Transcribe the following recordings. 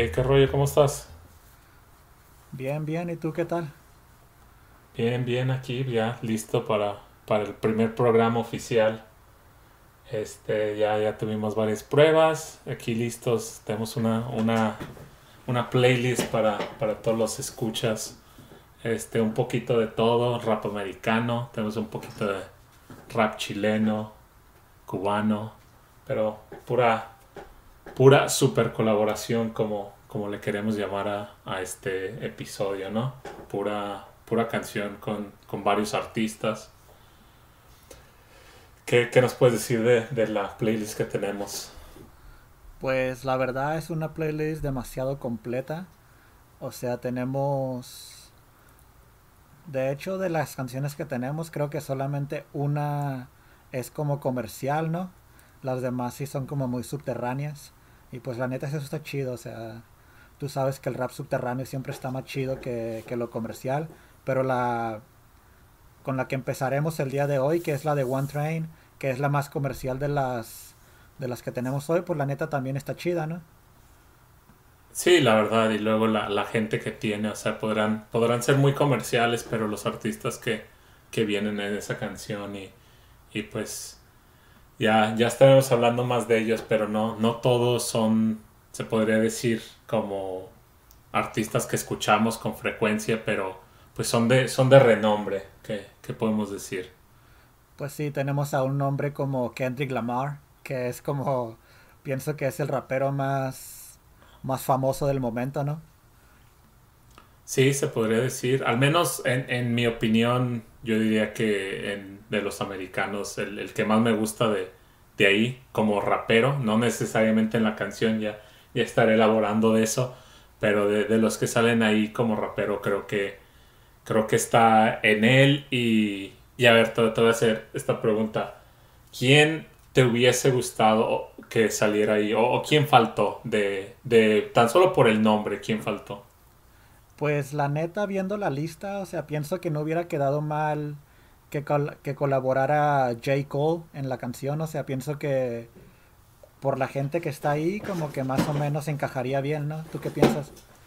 ¿Qué rollo? ¿Cómo estás? Bien, bien, ¿y tú qué tal? Bien, bien, aquí ya listo para el primer programa oficial. Ya tuvimos varias pruebas, aquí listos. Tenemos una playlist para todos los escuchas. Un poquito de todo, rap americano, tenemos un poquito de rap chileno, cubano, pero pura super colaboración como le queremos llamar a este episodio, ¿no? Pura canción con varios artistas. ¿Qué nos puedes decir de la playlist que tenemos? Pues la verdad es una playlist demasiado completa. O sea, tenemos... De hecho, de las canciones que tenemos, creo que solamente una es como comercial, ¿no? Las demás sí son como muy subterráneas. Y pues la neta eso está chido, o sea, tú sabes que el rap subterráneo siempre está más chido que lo comercial. Pero la con la que empezaremos el día de hoy, que es la de One Train, que es la más comercial de las que tenemos hoy, pues la neta también está chida, ¿no? Sí, la verdad, y luego la gente que tiene, o sea, podrán ser muy comerciales, pero los artistas que vienen en esa canción y pues ya estaremos hablando más de ellos, pero no todos son, se podría decir, como artistas que escuchamos con frecuencia, pero pues son de renombre, que podemos decir. Pues sí, tenemos a un hombre como Kendrick Lamar, que es como, pienso que es el rapero más famoso del momento, ¿no? Sí, se podría decir, al menos en mi opinión, yo diría que de los americanos, el que más me gusta de ahí como rapero, no necesariamente en la canción, ya estaré elaborando de eso, pero de los que salen ahí como rapero, creo que está en él y a ver, te voy a hacer esta pregunta. ¿Quién te hubiese gustado que saliera ahí? ¿O quién faltó? Tan solo por el nombre, ¿quién faltó? Pues la neta, viendo la lista, o sea, pienso que no hubiera quedado mal que colaborara J. Cole en la canción, o sea, pienso que por la gente que está ahí, como que más o menos encajaría bien, ¿no? ¿Tú qué piensas?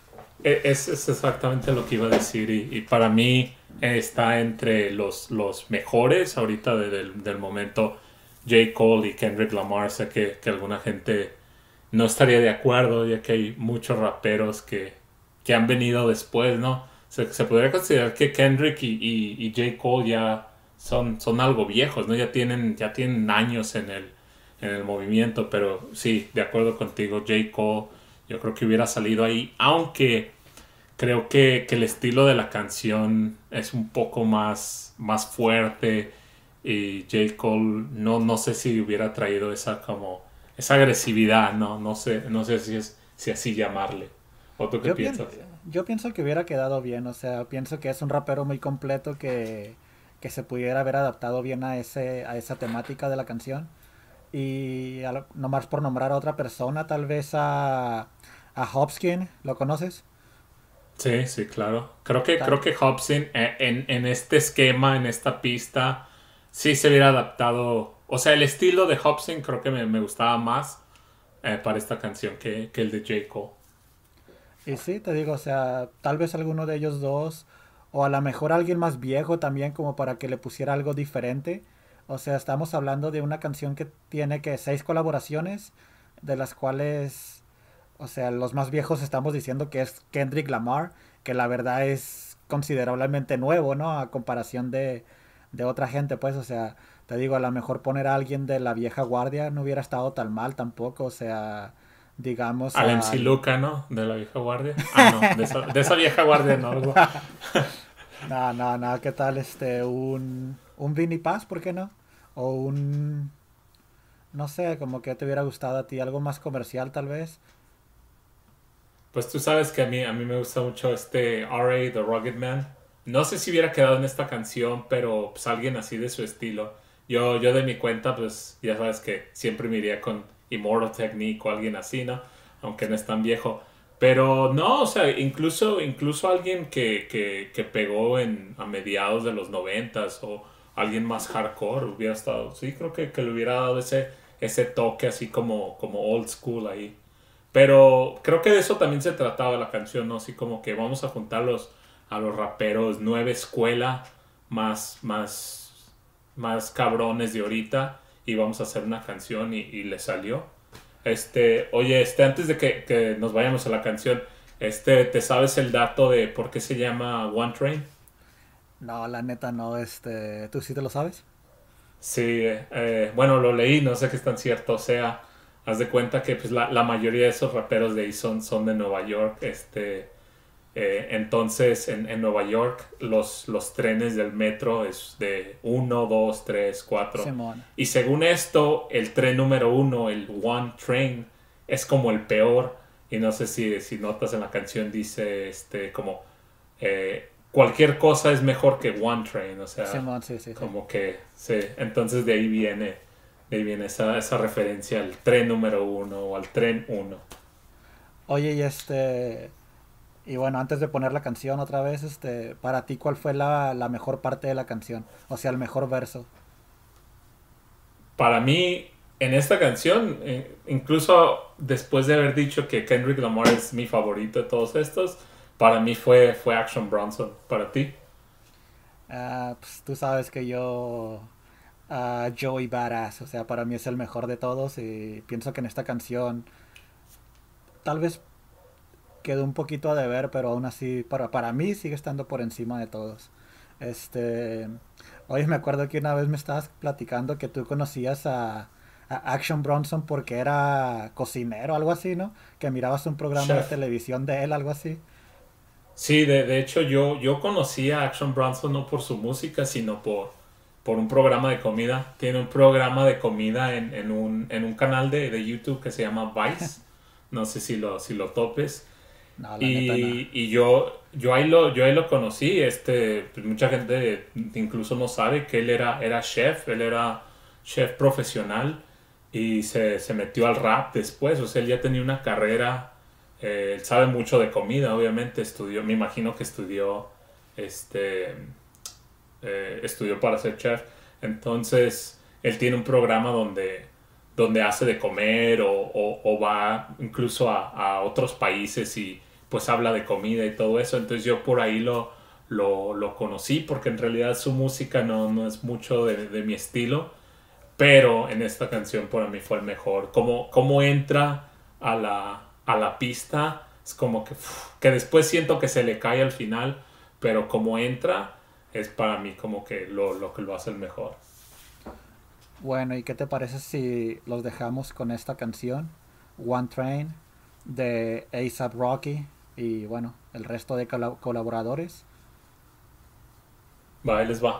Es exactamente lo que iba a decir y para mí está entre los mejores ahorita del momento J. Cole y Kendrick Lamar. Sé que alguna gente no estaría de acuerdo ya que hay muchos raperos que han venido después, ¿no? Se podría considerar que Kendrick y J. Cole ya son algo viejos, ¿no? Ya tienen años en el movimiento, pero sí, de acuerdo contigo, J. Cole yo creo que hubiera salido ahí, aunque creo que el estilo de la canción es un poco más fuerte y J. Cole no sé si hubiera traído esa agresividad, no sé si así llamarle. ¿O tú qué Yo, pien- piensas? yo pienso que hubiera quedado bien, o sea, pienso que es un rapero muy completo que se pudiera haber adaptado bien a esa temática de la canción. Y nomás por nombrar a otra persona, tal vez a Hopkins, ¿lo conoces? Sí, sí, claro. Creo que Tal, Hobson en este esquema, en esta pista, sí se hubiera adaptado. O sea, el estilo de Hobson creo que me gustaba más para esta canción que el de J. Cole. y sí, te digo, o sea, tal vez alguno de ellos dos, o a lo mejor alguien más viejo también, como para que le pusiera algo diferente. O sea, estamos hablando de una canción que tiene que seis colaboraciones, de las cuales, o sea, los más viejos estamos diciendo que es Kendrick Lamar, que la verdad es considerablemente nuevo, ¿no? A comparación de otra gente, pues, o sea, te digo, a lo mejor poner a alguien de la vieja guardia no hubiera estado tan mal tampoco, o sea, digamos Al MC al... Luca, ¿no? De la vieja guardia. Ah, no, de esa vieja guardia no. No, no, no, ¿qué tal un Vinny Paz, por qué no? O un, no sé, como que te hubiera gustado a ti, algo más comercial tal vez. Pues tú sabes que a mí me gusta mucho este R.A. The Rugged Man. No sé si hubiera quedado en esta canción, pero pues alguien así de su estilo. Yo de mi cuenta, pues ya sabes que siempre me iría con Immortal Technique o alguien así, ¿no? Aunque no es tan viejo. Pero no, o sea, incluso alguien que pegó a mediados de los noventas o alguien más hardcore hubiera estado. Sí, creo que le hubiera dado ese toque así como old school ahí. Pero creo que de eso también se trataba la canción, ¿no? Así como que vamos a juntarlos a los raperos nueva escuela, más cabrones de ahorita, y vamos a hacer una canción y le salió. Oye, antes de que nos vayamos a la canción, ¿te sabes el dato de por qué se llama One Train? No, la neta no, ¿tú sí te lo sabes? Sí, bueno, lo leí, no sé qué es tan cierto, o sea, haz de cuenta que pues la mayoría de esos raperos de ahí son de Nueva York, entonces en Nueva York los trenes del metro es de uno 2 3 cuatro Simón. y según esto, el tren número uno, el One Train, es como el peor, y no sé si notas en la canción dice, como... cualquier cosa es mejor que One Train, o sea, Simón, sí, sí, sí. como que, sí, entonces de ahí viene esa referencia al tren número uno o al tren uno. Oye, y bueno, antes de poner la canción otra vez, para ti, ¿cuál fue la mejor parte de la canción? O sea, el mejor verso. Para mí, en esta canción, incluso después de haber dicho que Kendrick Lamar es mi favorito de todos estos, para mí fue Action Bronson. ¿Para ti? Pues tú sabes que yo, Joey Badass, o sea, para mí es el mejor de todos y pienso que en esta canción tal vez quedó un poquito a deber, pero aún así, para mí sigue estando por encima de todos. Este, Oye, me acuerdo que una vez me estabas platicando que tú conocías a Action Bronson porque era cocinero, algo así, ¿no? Que mirabas un programa de Chef. televisión de él, algo así. Sí, de hecho yo conocí a Action Bronson no por su música, sino por un programa de comida. Tiene un programa de comida en un canal de YouTube que se llama Vice. No sé si lo topes. No, la neta no. Y yo ahí lo conocí. Pues mucha gente incluso no sabe que él era chef. Él era chef profesional y se metió al rap después. O sea, él ya tenía una carrera. Él sabe mucho de comida, obviamente. Me imagino que estudió para ser chef. Entonces, él tiene un programa donde hace de comer o va incluso a otros países y pues habla de comida y todo eso. Entonces yo por ahí lo conocí porque en realidad su música no es mucho de mi estilo, pero en esta canción para mí fue el mejor. Como entra a la pista, es como que después siento que se le cae al final, pero como entra es para mí como que lo que lo hace el mejor. Bueno, ¿y qué te parece si los dejamos con esta canción, One Train, de A$AP Rocky y bueno, el resto de colaboradores? Va, ahí les va.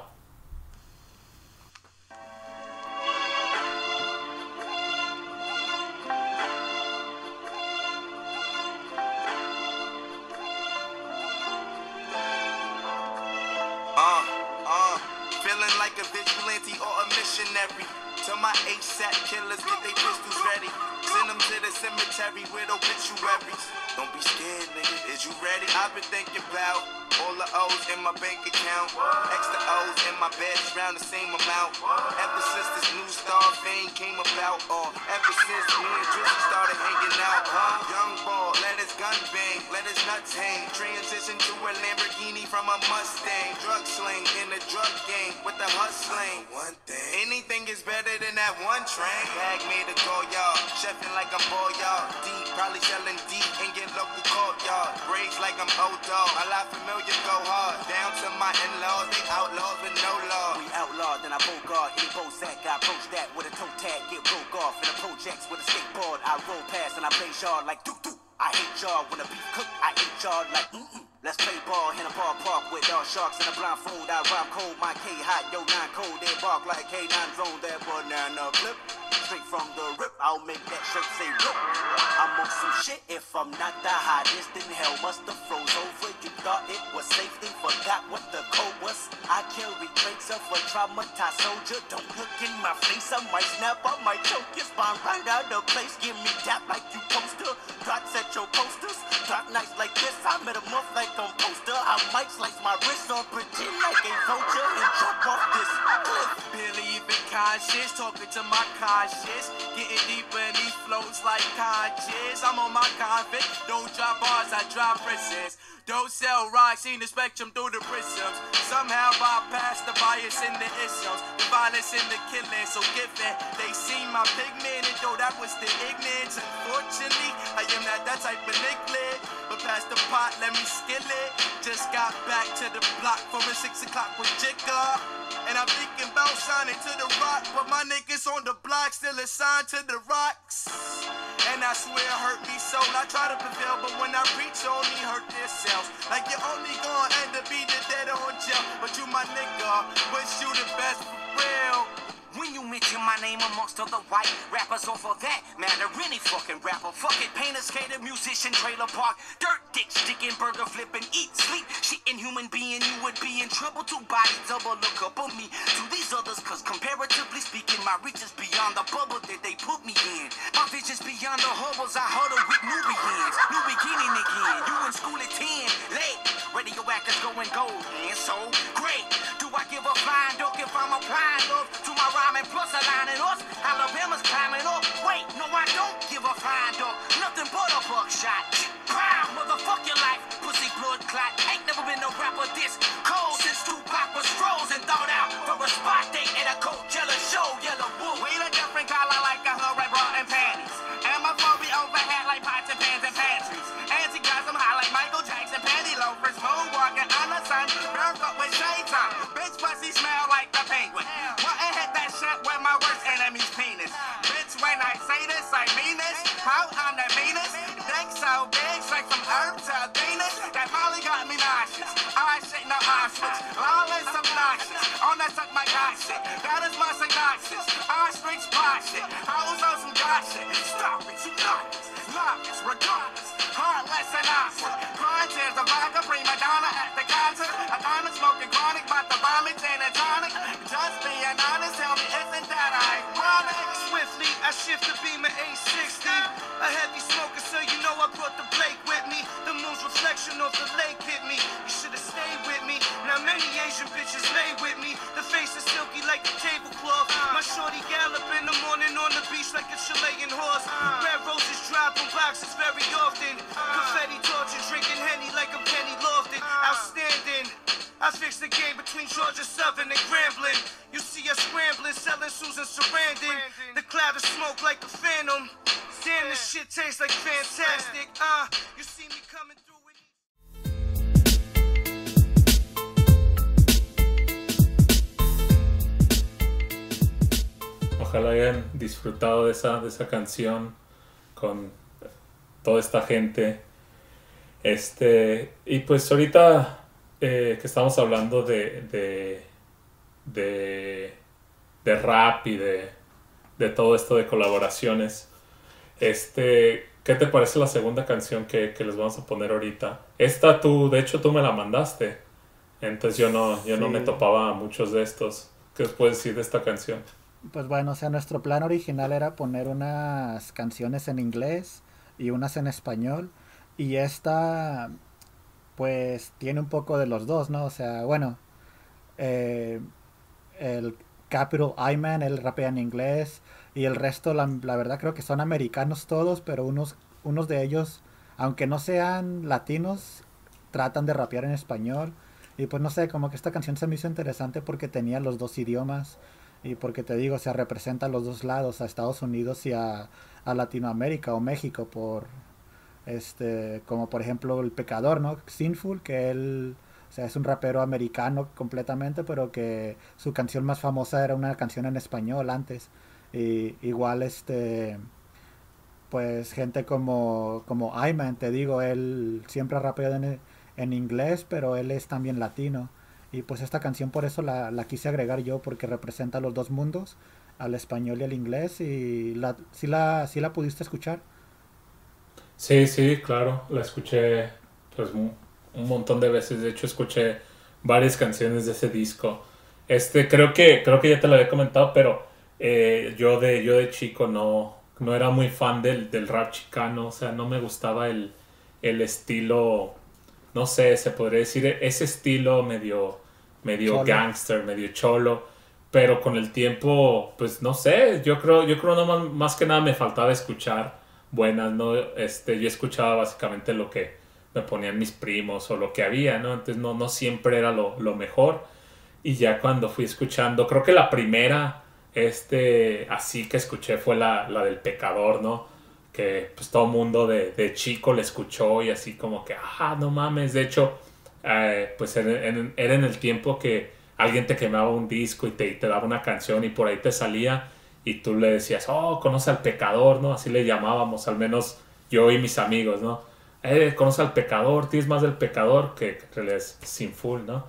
Feeling like a vigilante or a missionary. Tell my ASAP killers get they pistols ready. Send them to the cemetery with obituaries. Don't be scared, nigga. Is you ready? I've been thinking about all the O's in my bank account. Extra O's in my bed, round the same amount. Ever since this new star fame came about, or ever since me and Drizzy started hanging out, Young ball, let his gun bang, let his nuts hang. Transition to a Lamborghini from a Mustang. Drug sling in the drug game with the hustling. One thing, anything is better than that one train. Bag made a go yard, chefing like I'm y'all. Deep, probably selling deep in your local courtyard. Braids like I'm old dog, my life familiar go hard. Down to my in-laws, they outlaws with no law. We outlawed, then I bogart, hit Bozak. I approach that with a toe tag, get broke off in the projects with a skateboard. I roll past and I play shard like doo doo. I hate y'all when the beef cook, I hate y'all like Let's play ball in a ballpark with all sharks in a blindfold. I rhyme cold, my K hot, yo 9 cold. They bark like K9 drone, that banana clip. Straight from the rip, I'll make that shirt say rip. I'm on some shit, if I'm not the hottest, then hell must have froze over. You thought it was safe, then forgot what the code was. I carry traits of a traumatized soldier. Don't look in my face, I might snap, I might choke your spine right out of place. Give me tap like you poster, dots at your posters. Dark nights like this, I met a month like I'm poster. I might slice my wrist or pretend like a vulture and jump off this cliff. Barely even conscious, talking to my conscience, getting deeper in these flows like conscious. I'm on my convict, don't drop bars, I drop prisons. Don't sell rocks, seen the spectrum through the prisms. Somehow bypass the bias in the isms, the violence in the killing. So given they see my pigment, and though that was the ignorance, unfortunately, I am not that type of liquid. But past the pot, let me skill it. Just got back to the block from a 6 o'clock with Jigga. And I'm thinking about signing to the rock, but my niggas on the block still assigned to the rocks. And I swear it hurt me so. I try to prevail, but when I preach, only hurt themselves. Like you're only gonna end up either dead or in jail. But you my nigga, wish you the best for real. When you mention my name amongst other white rappers, or for that matter, any fucking rapper, fuck it, painter, skater, musician, trailer park, dirt, dick, sticking, burger flipping, eat, sleep, shitting human being, you would be in trouble. Two bodies double look up on me to these others, cause comparatively speaking, my reach is beyond the bubble that they put me in. My vision's beyond the hubbles, I huddle with Nubians, new beginning again. You in school at 10, late, radioactive going gold, and so great. Do I give a flying duck if I'm applying love to my rhyming plus aligning us? Alabama's climbing up. Wait, no, I don't give a flying duck. Nothing but a buckshot. Crime, motherfuck your life. Pussy blood clot. Ain't never been no rapper this cold since Tupac was frozen. Thought out for a spot date at a Coachella show. Yellow Wolf. We a different color like a hurry bra and panties. And my phobia overhead like pots and pans and pantries. Anti-gasm high like Michael Jackson. Panty loafers. Moonwalking on the sun. Broke up with shades on. Bitch pussy smell like the penguin. What hit that shit with my worst enemy's penis? Bitch, when I say this, I mean this. How I'm the meanest. Dick so big, straight from herb to Venus. That Molly got me nauseous. I shit no ostrich. Lawless obnoxious. On that suck my god shit. That is my synopsis. Ostrich pot shit. I was on some god shit. Stop it, you nauseous. Lawless, regardless. Heartless and awesome. Contests of vodka, prima donna at the concert. I'm smoking chronic, but the vomit and a tonic. Just being honest, tell me, isn't that ironic? Swiftly, I shift the Beamer 860. A heavy smoker, so you know I brought the Blake with me. The moon's reflection off the lake hit me. You should've stayed with me. Now many Asian bitches lay with me. The face is silky like a tablecloth. My shorty gallop in the morning on the beach like a Chilean horse. Red roses drop on boxes very often. Confetti torches, drinking Henny like I'm Kenny Lofton. Outstanding. I fixed the game between Georgia Southern and Grambling. You see us scrambling, selling Susan Sarandon. The cloud of smoke like a phantom. Damn, this shit tastes like fantastic. You see me coming through with... Ojalá hayan disfrutado de esa canción con toda esta gente. Y pues ahorita que estamos hablando de rap y de todo esto de colaboraciones, ¿qué te parece la segunda canción que les vamos a poner ahorita? Esta de hecho tú me la mandaste, entonces yo no me topaba a muchos de estos. ¿Qué os puedes decir de esta canción? Pues bueno, o sea, nuestro plan original era poner unas canciones en inglés y unas en español, y esta pues tiene un poco de los dos, ¿no? O sea, bueno, el Capital I-Man, él rapea en inglés, y el resto, la verdad creo que son americanos todos, pero unos de ellos, aunque no sean latinos, tratan de rapear en español. Y pues no sé, como que esta canción se me hizo interesante porque tenía los dos idiomas, y porque te digo, o sea, representa a los dos lados, a Estados Unidos y a Latinoamérica o México, como por ejemplo El Pecador, ¿no? Sinful, que él, o sea, es un rapero americano completamente, pero que su canción más famosa era una canción en español antes. Y igual pues gente como Ayman, te digo, él siempre ha rapeado en inglés, pero él es también latino. Y pues esta canción por eso la quise agregar yo, porque representa los dos mundos, al español y al inglés. Y ¿sí la pudiste escuchar? Sí, claro, la escuché pues un montón de veces. De hecho, escuché varias canciones de ese disco. Creo que ya te lo había comentado, pero yo de chico no era muy fan del rap chicano. O sea, no me gustaba el estilo, no sé, se podría decir ese estilo medio Cholo. gangster, medio cholo. pero con el tiempo, pues no sé, yo creo no más que nada me faltaba escuchar buenas, ¿no? Yo escuchaba básicamente lo que me ponían mis primos o lo que había, ¿no? Entonces no siempre era lo mejor. Y ya cuando fui escuchando, creo que la primera, así que escuché fue la del Pecador, ¿no? Que pues todo mundo de chico le escuchó y así como que, no mames. De hecho, pues era en el tiempo que alguien te quemaba un disco y te daba una canción y por ahí te salía y tú le decías, oh, conoce al Pecador, ¿no? Así le llamábamos, al menos yo y mis amigos, ¿no? Conoce al Pecador, tienes más del Pecador que en realidad es Sinful, ¿no?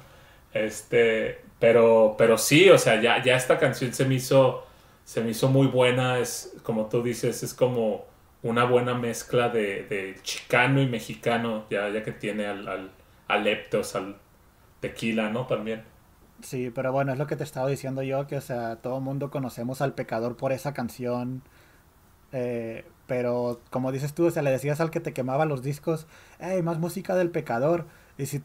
Pero sí, o sea, ya esta canción se me hizo muy buena. Es como tú dices, es como una buena mezcla de chicano y mexicano, ya que tiene al Eptos, al Tequila, ¿no? También. Sí, pero bueno, es lo que te estaba diciendo yo, que o sea, todo el mundo conocemos al Pecador por esa canción. Pero como dices tú, o sea, le decías al que te quemaba los discos, hey, más música del Pecador. Y si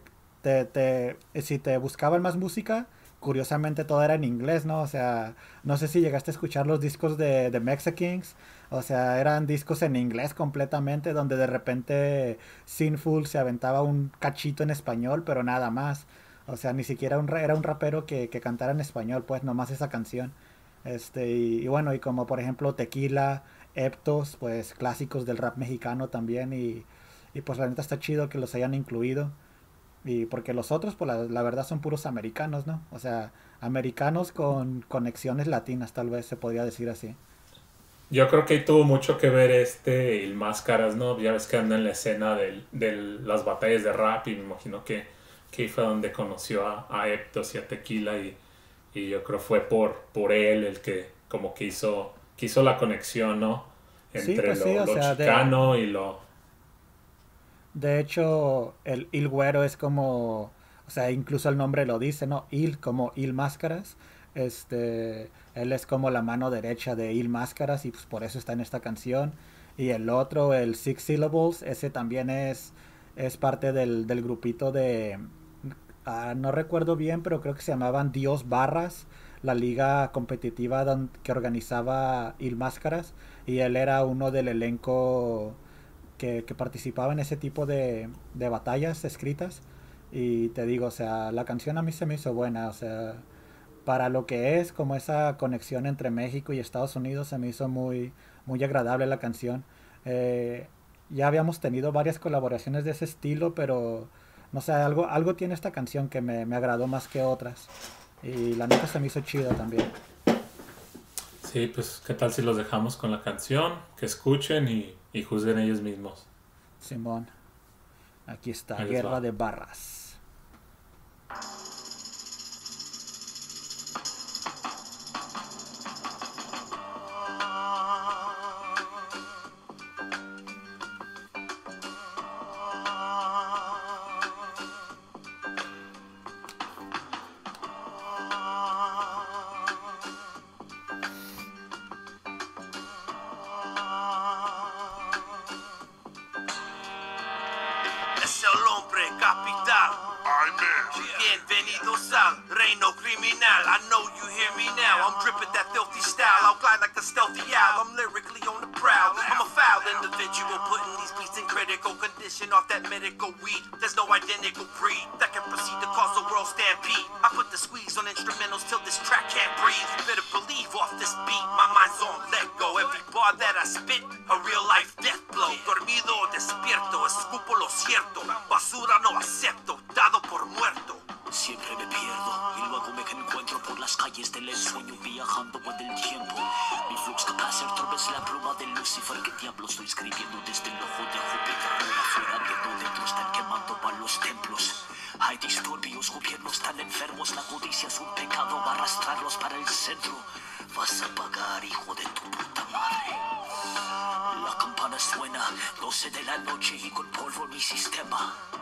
si te buscaban más música, curiosamente todo era en inglés, ¿no? O sea, no sé si llegaste a escuchar los discos de Mexikings. O sea, eran discos en inglés completamente, donde de repente Sinful se aventaba un cachito en español, pero nada más. O sea, ni siquiera era un rapero que cantara en español, pues nomás esa canción. Y bueno, y como por ejemplo Tequila, Eptos, pues clásicos del rap mexicano también. Y pues la neta está chido que los hayan incluido. Y porque los otros, pues la verdad son puros americanos, ¿no? O sea, americanos con conexiones latinas, tal vez se podría decir así. Yo creo que ahí tuvo mucho que ver el Máscaras, ¿no? Ya ves que anda en la escena de las batallas de rap y me imagino que ahí fue donde conoció a Eptos y a Tequila y yo creo fue por él el que como que hizo la conexión, ¿no? Sí, Entre pues sí, o lo sea, chicano y lo... de hecho, el Il Güero es como, o sea, incluso el nombre lo dice, ¿no? Il, como Il Máscaras. Él es como la mano derecha de Il Máscaras y pues por eso está en esta canción. Y el otro, el Six Syllables, ese también es parte del grupito de, no recuerdo bien, pero creo que se llamaban Dios Barras, la liga competitiva que organizaba Il Máscaras. Y él era uno del elenco que participaba en ese tipo de batallas escritas. Y te digo, o sea, la canción a mí se me hizo buena, o sea, para lo que es, como esa conexión entre México y Estados Unidos, se me hizo muy agradable la canción. Eh, ya habíamos tenido varias colaboraciones de ese estilo, pero no sé, algo tiene esta canción que me agradó más que otras. Y la neta se me hizo chida también. Sí, pues qué tal si los dejamos con la canción, que escuchen y juzguen ellos mismos. Simón, aquí está, Ahí les Guerra va. de Barras. Es el hombre capital. Bienvenidos al reino criminal. I know you hear me now. I'm dripping that filthy style. I'll glide like the stealthy owl. I'm lyrically on the prowl. I'm a foul individual, putting these beats in critical condition off that medical weed. There's no identical breed that can proceed to cause a world stampede. I put the squeeze on instrumentals till this track can't breathe. You better believe off this beat, my mind's on let go. Every bar that I spit, a real life death blow. Dormido o despierto, escupo lo cierto. Basura no acepto, dado por muerto. Siempre me pierdo y luego me encuentro por las calles del ensueño viajando por el tiempo. Mi flux capacer es la pluma de Lucifer. ¿Qué diablo estoy escribiendo desde el ojo de Júpiter? Afuera viendo dentro están quemando para los templos. Hay disturbios, gobiernos tan enfermos. La codicia es un pecado, va a arrastrarlos para el centro. Vas a pagar, hijo de tu puta madre. La campana suena, 12 de la noche y con polvo en mi sistema.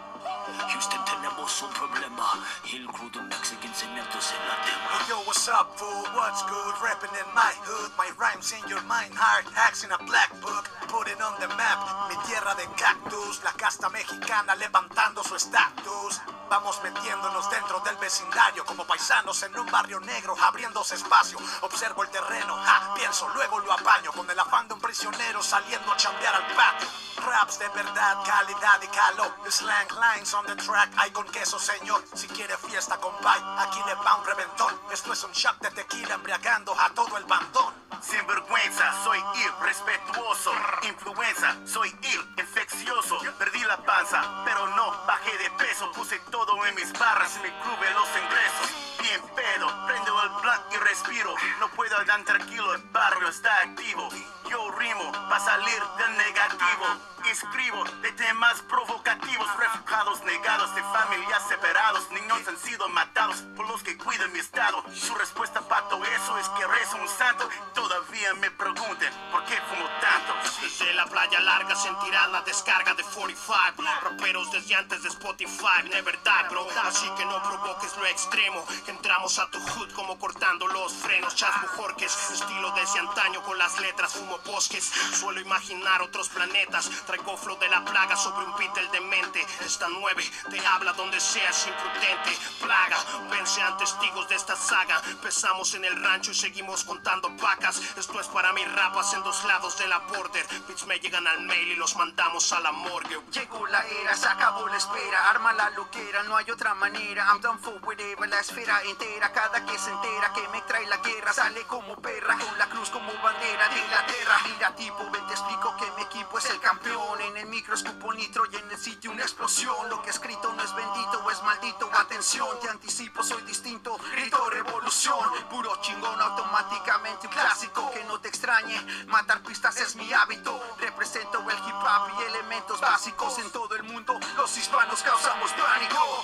Houston tenemos un problema. Hill Crew, the Mexicans ineptos en la demo. Hey, yo, what's up, fool? What's good? Rapping in my hood. My rhymes in your mind. Hard hacks in a black book. Put it on the map. Mi tierra de cactus. La casta mexicana levantando su estatus. Vamos metiéndonos dentro del vecindario como paisanos en un barrio negro, abriéndose espacio. Observo el terreno, pienso, luego lo apaño. Con el afán de un prisionero saliendo a chambear al patio. Raps de verdad, calidad y calor. Slang lines on the track. Hay con queso, señor. Si quiere fiesta, compay, aquí le va un reventón. Esto es un shot de tequila embriagando a todo el bandón. Sinvergüenza, soy irrespetuoso. Influenza, soy infeccioso. Perdí la panza, pero no bajé de peso. Puse todo en mis barras y me clube los ingresos. Bien pedo, prendo el blunt y respiro. No puedo andar tranquilo, el barrio está activo. Yo rimo pa' salir del negativo. Escribo de temas provocativos. Refugiados negados de familias separados. Niños han sido matados por los que cuidan mi estado. Su respuesta para todo eso es que rezo un santo. Todavía me pregunten por qué fumo tanto. Desde la playa larga sentirán la descarga de 45. Raperos desde antes de Spotify, never die, bro. Así que no provoques lo extremo. Entramos a tu hood como cortando los frenos. Chas Bujorques, estilo desde antaño con las letras. Fumo bosques, suelo imaginar otros planetas. Traigo flow de la plaga sobre un beat del demente. Esta 9 te habla donde seas imprudente. Plaga, ven sean testigos de esta saga. Empezamos en el rancho y seguimos contando vacas. Esto es para mis rapas en dos lados de la border. Beats me llegan al mail y los mandamos a la morgue. Llegó la era, se acabó la espera. Arma la loquera, no hay otra manera. I'm done for whatever, la esfera entera. Cada que se entera que me trae la guerra sale como perra, con la cruz como bandera de Inglaterra. Mira tipo, ven te explico que mi equipo es el campeón. En el micro escupo nitro y en el sitio una explosión. Lo que escrito no es bendito, es maldito. Atención, te anticipo, soy distinto. Grito revolución, puro chingón automáticamente. Un clásico que no te extrañe. Matar pistas es mi hábito. Represento el hip hop y elementos básicos en todo el mundo. Los hispanos causamos pánico.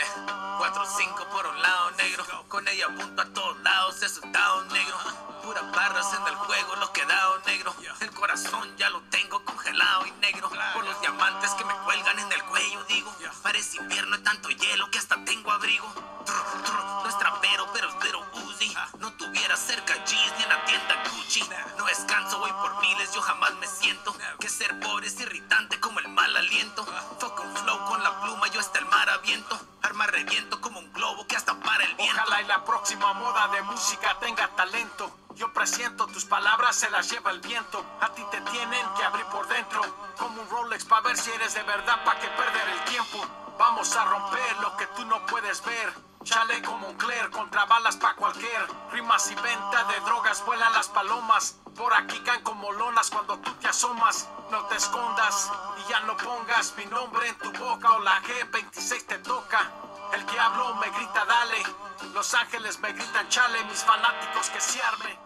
4-5 por un lado negro, con ella apunto a todos lados, eso es down negro. Puras barras en el juego, los quedado negro. El corazón ya lo tengo congelado y negro. Por los diamantes que me cuelgan en el cuello, digo. Parece invierno y tanto hielo que hasta tengo abrigo. No es trapero, pero es Little Uzi. No tuviera cerca G's ni en la tienda Gucci. No descanso, voy por miles, yo jamás me siento. Que ser pobre es irritante como el mal aliento. Fuck un flow con la pluma, yo hasta el mar aviento. Arma reviento como un globo que hasta para el viento. Ojalá y la próxima moda de música tenga talento. Yo presiento, tus palabras se las lleva el viento. A ti te tienen que abrir por dentro, como un Rolex pa' ver si eres de verdad, pa' que perder el tiempo. Vamos a romper lo que tú no puedes ver. Chale como un Claire, contra balas pa' cualquier. Rimas y venta de drogas, vuelan las palomas. Por aquí caen como lonas cuando tú te asomas. No te escondas y ya no pongas mi nombre en tu boca, o la G26 te toca. El que habló me grita dale. Los ángeles me gritan chale, mis fanáticos que se arme.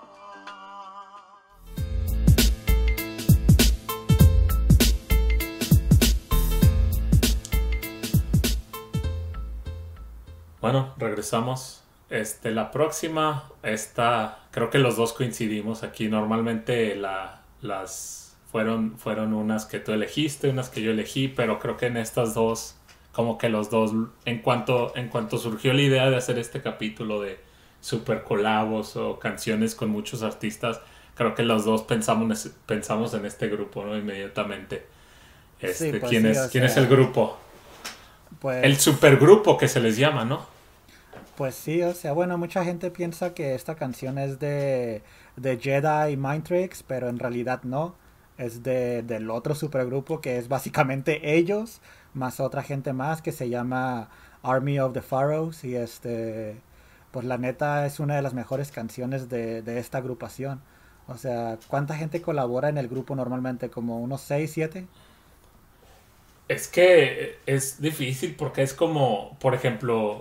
Bueno, regresamos. La próxima, creo que los dos coincidimos aquí. Normalmente las fueron unas que tú elegiste, unas que yo elegí, pero creo que en estas dos, como que los dos, en cuanto surgió la idea de hacer este capítulo de super colabos o canciones con muchos artistas, creo que los dos pensamos en este grupo, ¿no? Inmediatamente. Sí, pues ¿quién sí, es el grupo? Pues, El supergrupo que se les llama, ¿no? pues sí, o sea, bueno, mucha gente piensa que esta canción es de Jedi y Mind Tricks, pero en realidad no. Es del otro supergrupo que es básicamente ellos, más otra gente más que se llama Army of the Pharaohs. Y pues la neta es una de las mejores canciones de esta agrupación. O sea, ¿cuánta gente colabora en el grupo normalmente? ¿Como unos 6, 7? Es que es difícil porque es como, por ejemplo,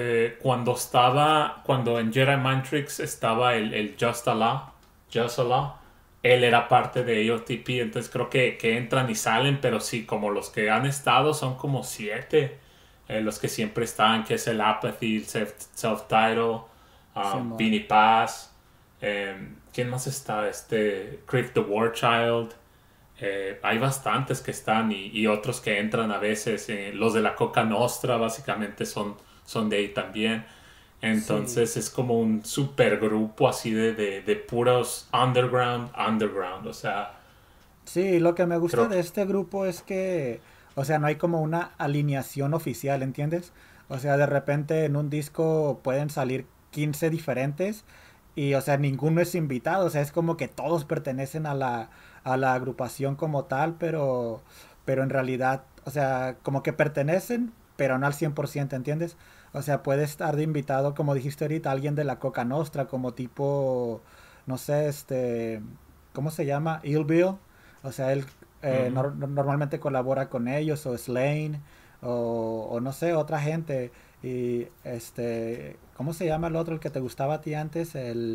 cuando en Jedi Mind Tricks estaba el Just Allah, él era parte de AOTP, entonces creo que entran y salen, pero sí, como los que han estado son como 7, los que siempre están, que es el Apathy, el Self-Title, Beanie Paz, ¿quién más está? Crick the War Child, Hay bastantes que están y otros que entran a veces. Los de la Coca Nostra básicamente son de ahí también. Entonces es como un supergrupo así de puros underground. O sea, Sí, lo que me gusta creo de que... este grupo es que, o sea, no hay como una alineación oficial, ¿entiendes? O sea, de repente en un disco pueden salir 15 diferentes y, o sea, ninguno es invitado, o sea, es como que todos pertenecen a la agrupación como tal, pero en realidad, o sea, como que pertenecen, pero no al 100%, ¿entiendes? O sea, puede estar de invitado, como dijiste ahorita, alguien de la Coca Nostra, como tipo, no sé, ¿cómo se llama? Ill Bill. O sea, él Ujú. normalmente colabora con ellos, o Slane, o no sé, otra gente. Y ¿cómo se llama el otro, el que te gustaba a ti antes?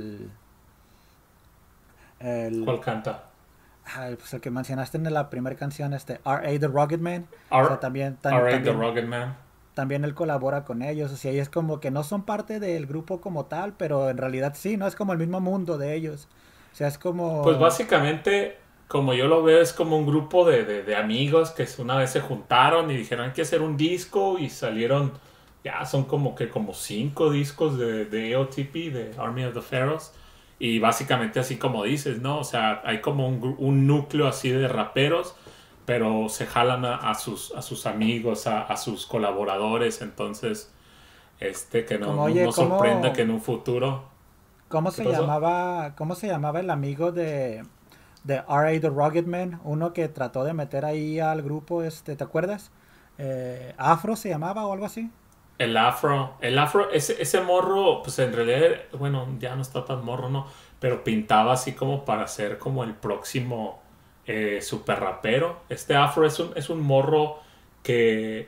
El, ¿Cuál canta? pues el que mencionaste en la primera canción, R.A. The Rugged Man. O sea, R- R.A. The también, Rugged Man. también él colabora con ellos. O sea, y es como que no son parte del grupo como tal, pero en realidad sí, ¿no? Es como el mismo mundo de ellos. O sea, es Pues como... básicamente, como yo lo veo, es como un grupo de amigos que una vez se juntaron y dijeron hay que hacer un disco y salieron, ya son como 5 discos de AOTP, de Army of the Pharaohs. Y básicamente así como dices, ¿no? O sea, hay como un núcleo así de raperos, pero se jalan a sus amigos, a sus colaboradores. Entonces, que no, Como, no, oye, no sorprenda que en un futuro... ¿Qué pasó? cómo se llamaba el amigo de R.A. The Rugged Man? Uno que trató de meter ahí al grupo, ¿te acuerdas? Afro se llamaba o algo así. El afro, ese morro, pues en realidad, bueno, ya no está tan morro, ¿no? Pero pintaba así como para ser como el próximo super rapero. Este afro es un morro que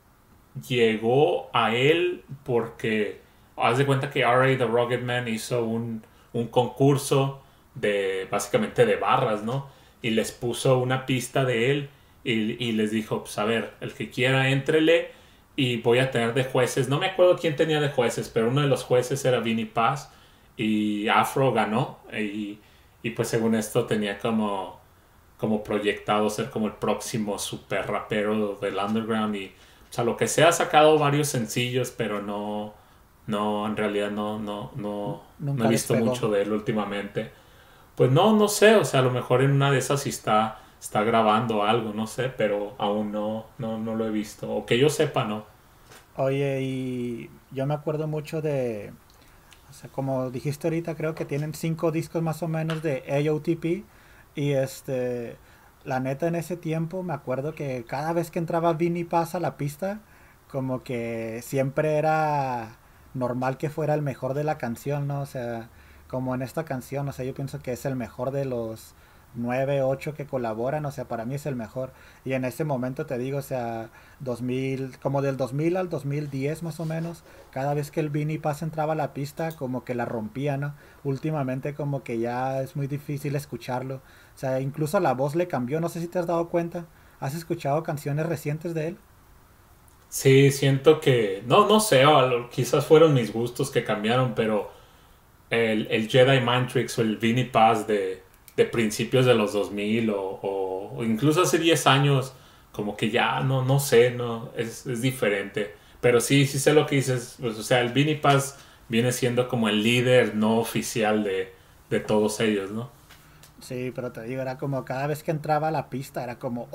llegó a él porque, haz de cuenta que R.A. The Rugged Man hizo un concurso básicamente de barras, ¿no? Y les puso una pista de él y les dijo, pues a ver, el que quiera, éntrele y voy a tener de jueces. No me acuerdo quién tenía de jueces, pero uno de los jueces era Vinnie Paz y Afro ganó y pues según esto tenía como proyectado ser como el próximo super rapero del underground y o sea, lo que sea ha sacado varios sencillos, pero no, en realidad no he Nunca visto despegó. mucho de él últimamente. Pues no sé, o sea, a lo mejor en una de esas sí está grabando algo, no sé, pero aún no lo he visto. O que yo sepa, no. Oye, y yo me acuerdo mucho o sea, como dijiste ahorita, creo que tienen 5 discos más o menos de AOTP. Y la neta en ese tiempo me acuerdo que cada vez que entraba Vinny Paz a la pista, como que siempre era normal que fuera el mejor de la canción, ¿no? O sea, como en esta canción, o sea, yo pienso que es el mejor de los 9, 8 que colaboran, o sea, para mí es el mejor. Y en ese momento te digo, o sea, 2000, como del 2000 al 2010 más o menos, cada vez que el Vinny Paz entraba a la pista, como que la rompía, ¿no? Últimamente como que ya es muy difícil escucharlo. O sea, incluso la voz le cambió, no sé si te has dado cuenta. ¿Has escuchado canciones recientes de él? Sí, siento que, no sé, quizás fueron mis gustos que cambiaron, pero el Jedi Mind Tricks o el Vinnie Paz de principios de los 2000 o incluso hace 10 años, como que ya no sé, no es diferente. Pero sí sé lo que dices, pues, o sea, el Vinnie Paz viene siendo como el líder no oficial de todos ellos, ¿no? Sí, pero te digo, era como cada vez que entraba a la pista,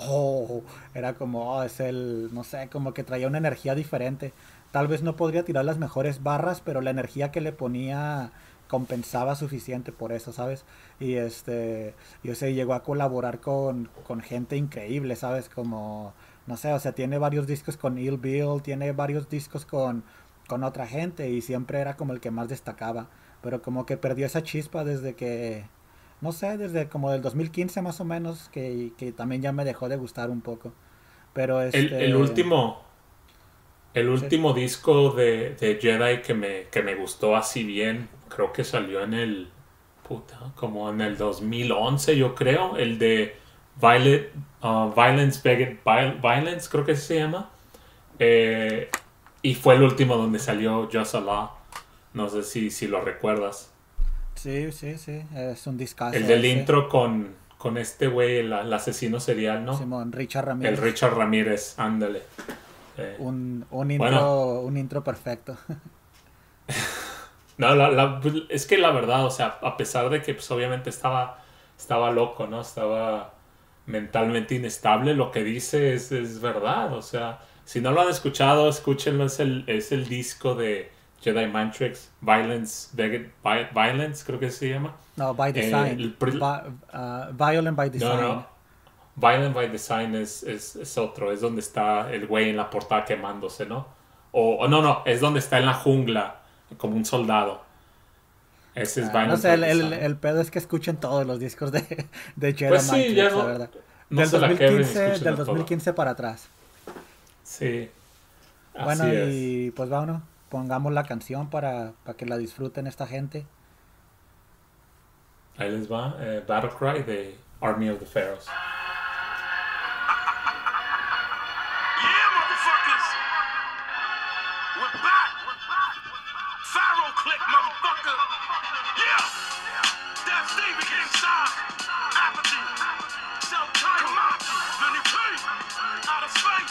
era como, oh, es el, no sé, como que traía una energía diferente. Tal vez no podría tirar las mejores barras, pero la energía que le ponía compensaba suficiente por eso, ¿sabes? Y yo sé, llegó a colaborar con gente increíble, ¿sabes? Como, no sé, o sea, tiene varios discos con Ill Bill, tiene varios discos con otra gente y siempre era como el que más destacaba. Pero como que perdió esa chispa desde que, no sé, desde como del 2015 más o menos, que también ya me dejó de gustar un poco. Pero El, el último, el sí, último disco de Jedi que me gustó así bien, creo que salió como en el 2011 yo creo, el de Violence, Violence, creo que se llama. Eh, y fue el último donde salió Just Allah. No sé si lo recuerdas. sí, sí, sí, es un El discazo del ese. intro con este güey, el asesino serial, ¿no? Simón, Richard Ramírez. El Richard Ramírez, ándale. Un intro perfecto. No, es que la verdad, o sea, a pesar de que pues obviamente estaba loco, ¿no? Estaba mentalmente inestable, lo que dice es verdad, o sea, si no lo han escuchado, escúchenlo, es el disco de Jedi Matrix, Violence, creo que se llama. No, By Design. Violent by Design. No. Violent by Design es otro, es donde está el güey en la portada quemándose, ¿no? No, es donde está en la jungla, como un soldado. Ese es Violent no sé, by Design. el pedo es que escuchen todos los discos de Jedi Pues sí, Matrix, ya la verdad. no Del se la quebren, 2015 para atrás. Sí. Bueno, Así y pues vámonos, pongamos la canción para que la disfruten esta gente. Ahí les va, Battle Cry de Army of the Pharaohs. Yeah, motherfuckers! We're back! Pharaoh click, motherfucker! Yeah! Death Stevie inside! Apathy! Self-time! Lenny P! Outer space!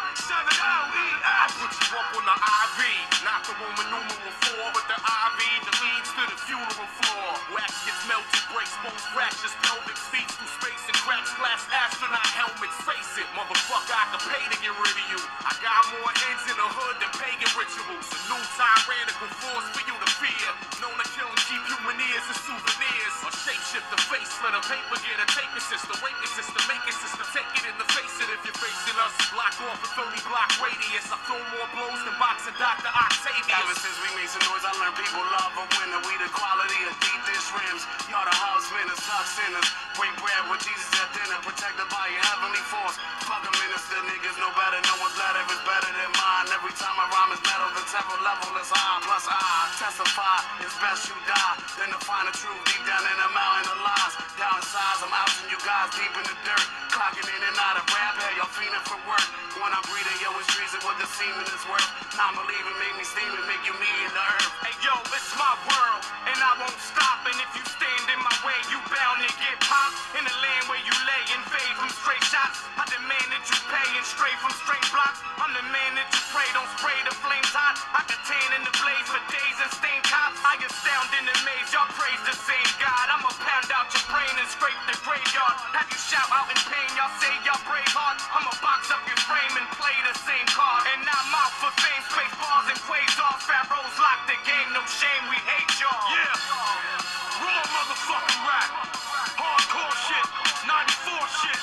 7LEF! Put you up on the IV. Not the Roman numeral 4, but the IV that leads to the funeral floor. Wax gets melted, breaks bones, fractures, pelvic feet through space and cracks glass astronaut helmets. Face it, motherfucker, I can pay to get rid of you. I got more heads in the hood than pagan rituals. A new tyrannical force for you to fear. Known to kill and keep human ears as souvenirs. A shapeshift, a facelift, a paper get a taping system. Rape your system, make it system. Take it in the face it if you're facing us. Block off a 30-block radius. I throw more blows than boxing Dr. Octavius. Ever since we made some noise, I learned people love a winner. We the quality of deep dish rims. Y'all the husband of suck sinners. Break bread with Jesus at dinner. Protected by your heavenly force. Fuck a minister, niggas know better. No one's letter is better than mine. Every time I rhyme is metal, the tempo level is high. Plus I testify, it's best you die than to find the truth deep down in the mountain of lies. Down in size, I'm outing you guys deep in the dirt. Clocking in and out of rap, hey, y'all fiending for work. When I'm breathing, yo, it's reason what the semen is worth. Non-believing make me steam and make you me in the earth. Hey yo, it's my world, and I won't stop. And if you stand in my way, you bound to get popped. In the land where you lay and fade from straight shots, I demand that you pay and stray from straight blocks. I'm the man that you pray, don't spray the flames hot. I can tan in the blaze for days and stain cops. I astound in the maze, y'all praise the same God. I'ma pound out your brain and scrape the graveyard. Have you shout out in pain, y'all say y'all brave heart. I'ma box up your frame and play the same card. And I'm out for fame, space bars and quasars. Pharaohs lock the game, no shame, we hate y'all. Yeah, raw motherfucking rap. Hardcore shit, 94 shit.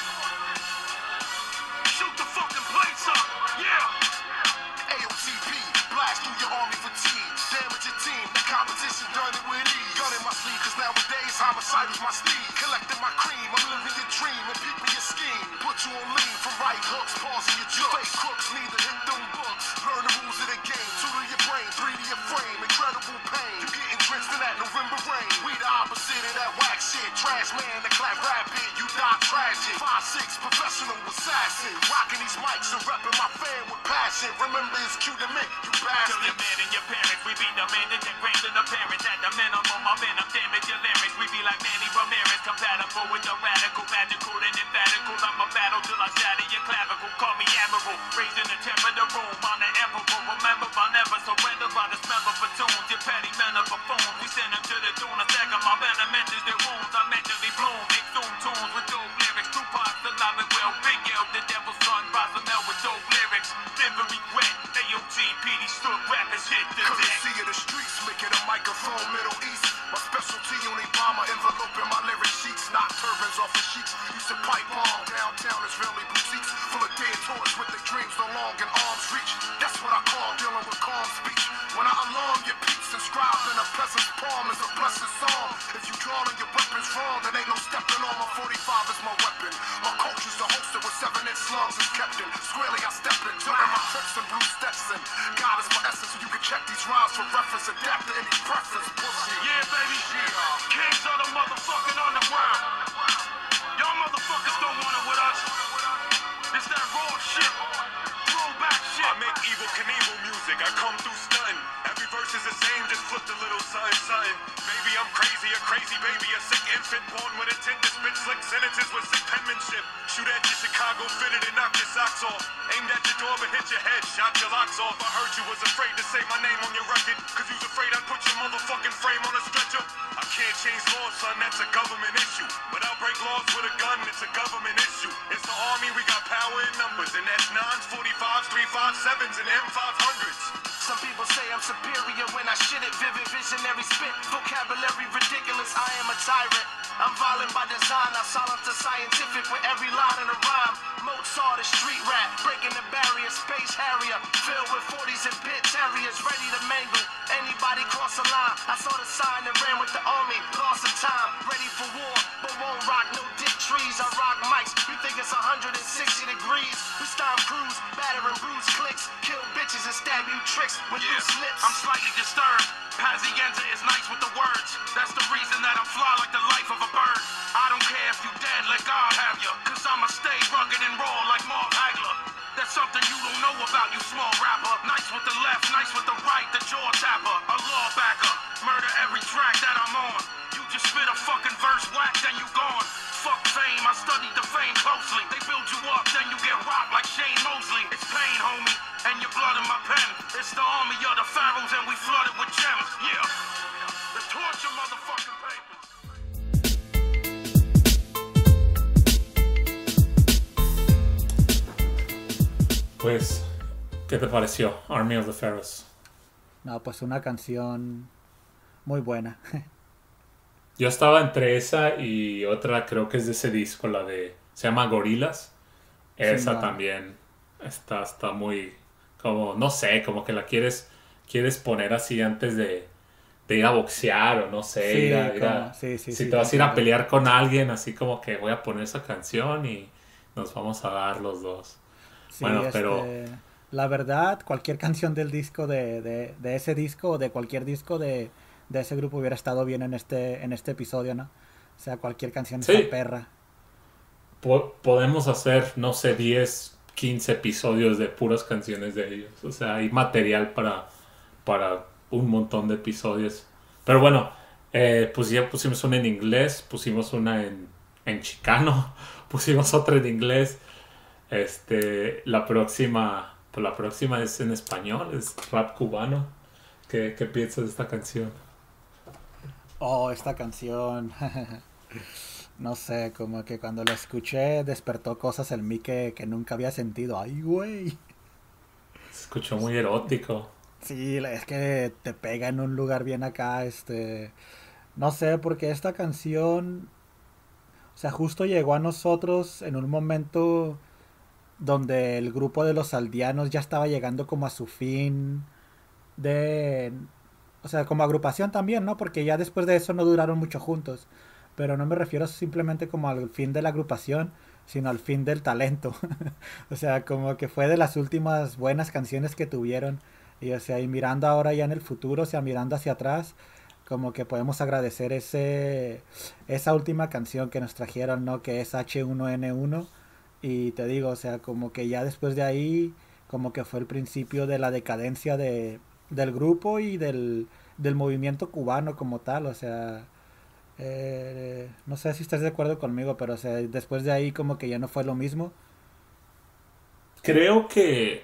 Shoot the fucking place up, yeah. AOTP, blast through your army fatigue. Damage your team, the competition done it with ease. Gun in my sleeve, cause nowadays homicide is my steed. Collecting my cream, I'm living your dream and peeping your scheme. Put you on lean from right hooks, pausing your jokes. Fake crooks need to hit them books. Learn the rules of the game, 2 to your brain, 3 to your frame. Incredible pain, you getting drenched in that November rain. We the opposite of that whack shit. Trash man, the clap rapid, you die tragic. 5'6", professional assassin. Rocking these mics and repping my fan with passion. Remember it's cute to me, you bastard. Kill your man and your parents, we be the man that degrades in appearance. At the minimum, I'm in, I'm damage your lyrics. We be like Manny Ramirez, compatible with the radical, magical and emphatical. I'm a battle till I shatter your clavicle. Call me Admiral, raising the temp of the room. I'm the emperor, remember I'll never surrender by the smell of platoons. Your petty men of buffoons, we send them to the tune. A stack of my venom enters their wounds. I mentally bloom, exhume tunes with dope lyrics. Tupac, the live and well, Big L, the devil's son, Roswell with dope lyrics. Never regret, AOTP, these stood rappers hit the deck. Courtesy of the streets, making a microphone Middle East. My specialty on Obama, enveloping my lyric sheets. Not turbans off the sheets. Used to pipe bomb downtown Israeli boutiques. Full of dead toys with their dreams no long and arms reach. That's what I call dealing with calm speech. When I alarm your peeps, inscribed in a peasant's palm is a blessed song. If you drawing your weapons wrong, then ain't no stepping on. My 45 is my weapon. My culture's the holster with 7-inch slugs is kept in. Squarely I step in, turning my trips and blue Stetson. God is my essence, so you can check these rhymes for reference. Adapt to any preference, pussy. Yeah, baby. Kings of the motherfucking underground. Y'all motherfuckers don't want it with us. It's that raw shit. Throwback shit. I make evil Knievel music. I come through stunting. Every verse is the same, just flipped a little something, something. Maybe I'm crazy, a crazy baby, a sick infant born with intent to spit slick sentences with sick penmanship. Shoot at your Chicago fitted and knock your socks off. Aimed at your door but hit your head, shot your locks off. I heard you was afraid to say my name on your record, cause you was afraid I'd put your motherfucking frame on a stretcher. I can't change laws, son, that's a government issue. But I'll break laws with a gun, it's a government issue. It's the army, we got power in numbers, and that's 9s, 45s, 357s, and M500s. Some people say I'm superior when I shit it. Vivid visionary spit, vocabulary ridiculous. I am a tyrant. I'm violent by design. I silence the scientific with every line in a rhyme. Mozart, a street rat, breaking the barrier. Space Harrier, filled with 40s and pit terriers, ready to mangle anybody cross the line. I saw the sign and ran with the army. Lost the time, ready for war, but won't rock no dick trees. I rock mics. You think it's 160 degrees? We storm crews, batter and bruise clicks, kill bitches and stab you tricks with loose lips. I'm slightly disturbed. Pazienza is nice with the words. That's the reason that I fly like the life of a bird. I don't care if you dead, let God have you. Cause I'ma stay rugged and raw like Marv Hagler. That's something you don't know about, you small rapper. Nice with the left, nice with the right, the jaw tapper. A law backer, murder every track that I'm on. You just spit a fucking verse whack, then you gone. Fuck fame, I studied the fame closely. They build you up, then you get rocked like Shane Mosley. It's pain, homie, and your blood in my pen. It's the army of the pharaohs and we flooded with gems. Yeah, the torture motherfucking papers. Pues, ¿qué te pareció Army of the Pharaohs? No, pues una canción muy buena. Yo estaba entre esa y otra, creo que es de ese disco, la de... Se llama Gorillaz. Esa no. también está muy... Como, no sé, como que la quieres poner así antes de ir a boxear o no sé. Sí, si te vas a ir a pelear con alguien, así como que voy a poner esa canción y nos vamos a dar los dos. Sí, bueno, pero... La verdad, cualquier canción del disco de ese disco o de cualquier disco de ese grupo hubiera estado bien en este episodio, ¿no? O sea, cualquier canción Sí. está perra. Podemos hacer, no sé, 10, 15 episodios de puras canciones de ellos. O sea, hay material para un montón de episodios. Pero bueno, pues ya pusimos una en inglés, pusimos una en chicano, pusimos otra en inglés. La próxima es en español, es rap cubano. ¿Qué piensas de esta canción? Oh, esta canción. No sé, como que cuando la escuché despertó cosas en mí que nunca había sentido. ¡Ay, güey! Se escuchó muy erótico. Sí, es que te pega en un lugar bien acá, No sé, porque esta canción... O sea, justo llegó a nosotros en un momento donde el grupo de los aldeanos ya estaba llegando como a su fin o sea, como agrupación también, ¿no? Porque ya después de eso no duraron mucho juntos. Pero no me refiero simplemente como al fin de la agrupación, sino al fin del talento. O sea, como que fue de las últimas buenas canciones que tuvieron. Y o sea, y mirando ahora ya en el futuro, o sea, mirando hacia atrás, como que podemos agradecer esa última canción que nos trajeron, ¿no? Que es H1N1. Y te digo, o sea, como que ya después de ahí, como que fue el principio de la decadencia del grupo y del movimiento cubano como tal, o sea, no sé si estás de acuerdo conmigo, pero o sea, después de ahí como que ya no fue lo mismo. Creo que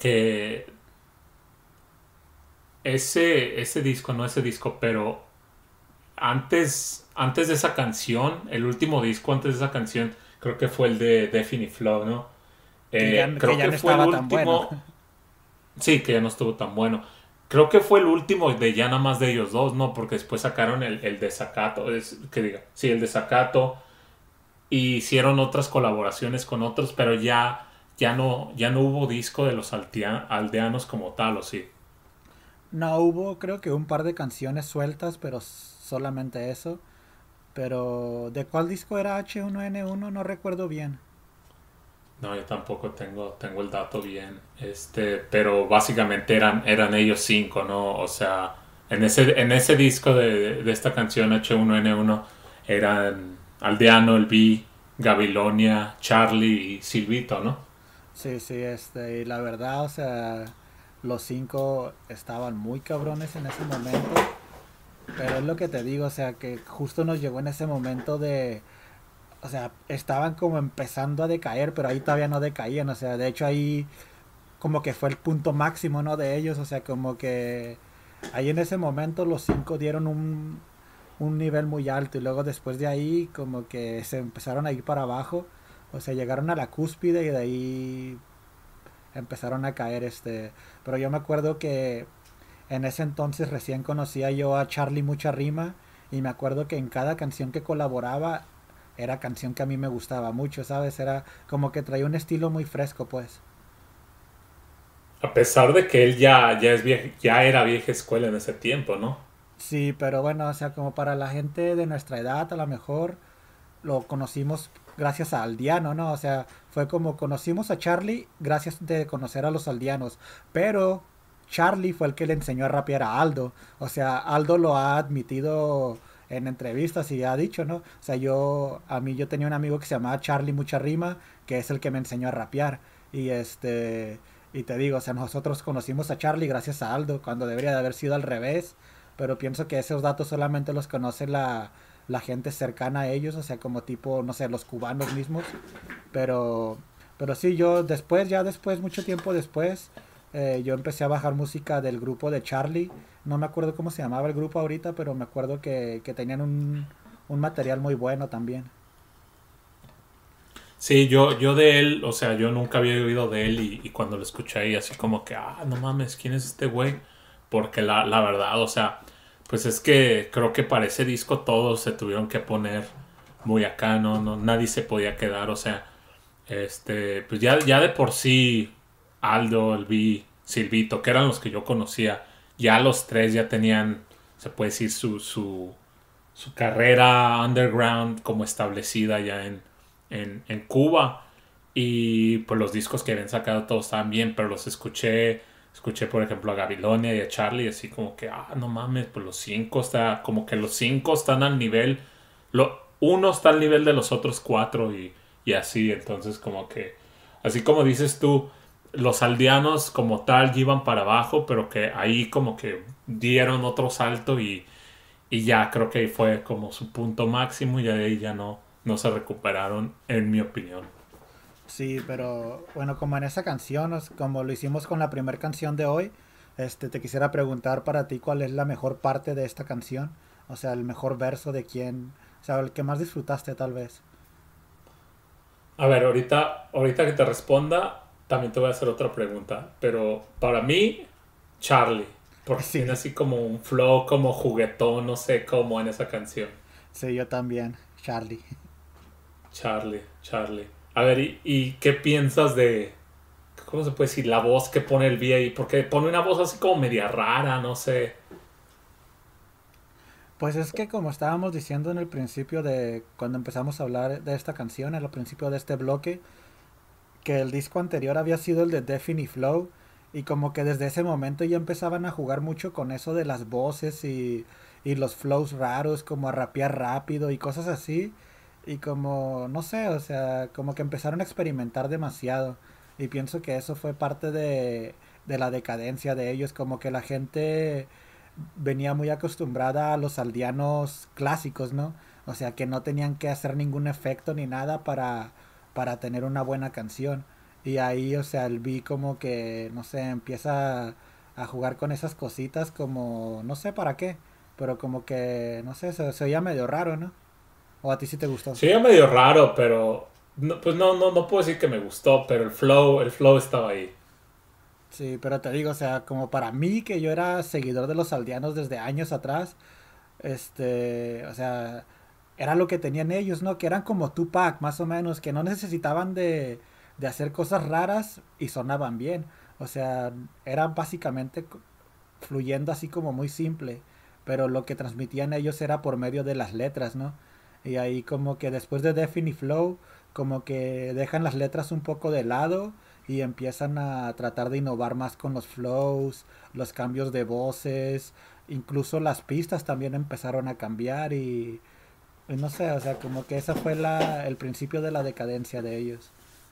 ese disco, no ese disco, pero antes de esa canción, el último disco antes de esa canción, creo que fue el de Definitely Flow, ¿no? Creo que no fue el estaba tan último. bueno. Sí, que ya no estuvo tan bueno. Creo que fue el último de ya nada más de ellos dos, ¿no? Porque después sacaron el Desacato, el Desacato. Y hicieron otras colaboraciones con otros, pero ya no hubo disco de los aldeanos como tal, ¿o sí? No, hubo creo que un par de canciones sueltas, pero solamente eso. Pero ¿de cuál disco era H1N1? No recuerdo bien. No, yo tampoco tengo el dato bien. Pero básicamente eran ellos 5, ¿no? O sea, en ese disco de esta canción H1N1 eran Aldeano, El B, Gabilonia, Charlie y Silvito, ¿no? Sí, y la verdad, o sea, los 5 estaban muy cabrones en ese momento. Pero es lo que te digo, o sea, que justo nos llegó en ese momento de, o sea, estaban como empezando a decaer, pero ahí todavía no decaían, o sea, de hecho ahí como que fue el punto máximo, ¿no? De ellos, o sea, como que ahí en ese momento los cinco dieron un nivel muy alto y luego después de ahí como que se empezaron a ir para abajo, o sea, llegaron a la cúspide y de ahí empezaron a caer, pero yo me acuerdo que en ese entonces recién conocía yo a Charlie Mucha Rima y me acuerdo que en cada canción que colaboraba era canción que a mí me gustaba mucho, ¿sabes? Era como que traía un estilo muy fresco, pues. A pesar de que él ya era vieja escuela en ese tiempo, ¿no? Sí, pero bueno, o sea, como para la gente de nuestra edad, a lo mejor lo conocimos gracias a Aldiano, ¿no? O sea, fue como conocimos a Charlie gracias de conocer a los aldeanos, pero Charlie fue el que le enseñó a rapear a Aldo. O sea, Aldo lo ha admitido en entrevistas y ha dicho, ¿no? O sea, yo tenía un amigo que se llamaba Charlie Mucha Rima, que es el que me enseñó a rapear. Y y te digo, o sea, nosotros conocimos a Charlie gracias a Aldo, cuando debería de haber sido al revés. Pero pienso que esos datos solamente los conoce la gente cercana a ellos, o sea, como tipo, no sé, los cubanos mismos. Pero, pero sí, yo después, ya después, mucho tiempo después, yo empecé a bajar música del grupo de Charlie. No me acuerdo cómo se llamaba el grupo ahorita, pero me acuerdo que tenían un material muy bueno también. Sí, yo de él, o sea, yo nunca había oído de él y cuando lo escuché ahí así como que, no mames, ¿quién es este güey? Porque la verdad, o sea, pues es que creo que para ese disco todos se tuvieron que poner muy acá, no, nadie se podía quedar, o sea, pues ya de por sí Aldo, Elvi, Silvito, que eran los que yo conocía, ya los tres ya tenían, se puede decir, su carrera underground como establecida ya en Cuba. Y pues los discos que habían sacado todos estaban bien, pero los escuché por ejemplo a Gabilonia y a Charlie, así como que, no mames, pues los cinco como que los cinco están al nivel, uno está al nivel de los otros cuatro y así, entonces como que, así como dices tú, los aldeanos como tal iban para abajo, pero que ahí como que dieron otro salto y ya creo que ahí fue como su punto máximo y de ahí ya no se recuperaron, en mi opinión. Sí, pero bueno, como en esa canción, como lo hicimos con la primera canción de hoy, te quisiera preguntar para ti cuál es la mejor parte de esta canción, o sea, el mejor verso de quién, o sea, el que más disfrutaste tal vez. A ver, ahorita que te responda, también te voy a hacer otra pregunta, pero para mí, Charlie, porque Sí, tiene así como un flow como juguetón, no sé cómo en esa canción. sí, yo también, Charlie. Charlie. A ver, ¿y qué piensas de, cómo se puede decir, la voz que pone el VA? Porque pone una voz así como media rara, no sé. Pues es que como estábamos diciendo en el principio de cuando empezamos a hablar de esta canción, al principio de este bloque, que el disco anterior había sido el de Definitely Flow y como que desde ese momento ya empezaban a jugar mucho con eso de las voces y los flows raros, como a rapear rápido y cosas así. Y como, no sé, o sea, como que empezaron a experimentar demasiado. Y pienso que eso fue parte de la decadencia de ellos, como que la gente venía muy acostumbrada a los aldeanos clásicos, ¿no? O sea, que no tenían que hacer ningún efecto ni nada para tener una buena canción. Y ahí, o sea, el vi como que, no sé, empieza a jugar con esas cositas como, no sé para qué, pero como que, no sé, se oía medio raro, ¿no? ¿O a ti sí te gustó? Sí, era medio raro, pero pues no puedo decir que me gustó, pero el flow estaba ahí. Sí, pero te digo, o sea, como para mí que yo era seguidor de los aldeanos desde años atrás, o sea, era lo que tenían ellos, ¿no? Que eran como Tupac, más o menos, que no necesitaban de hacer cosas raras y sonaban bien. O sea, eran básicamente fluyendo así como muy simple, pero lo que transmitían ellos era por medio de las letras, ¿no? Y ahí como que después de Definitely Flow, como que dejan las letras un poco de lado y empiezan a tratar de innovar más con los flows, los cambios de voces, incluso las pistas también empezaron a cambiar y no sé, o sea, como que ese fue el principio de la decadencia de ellos.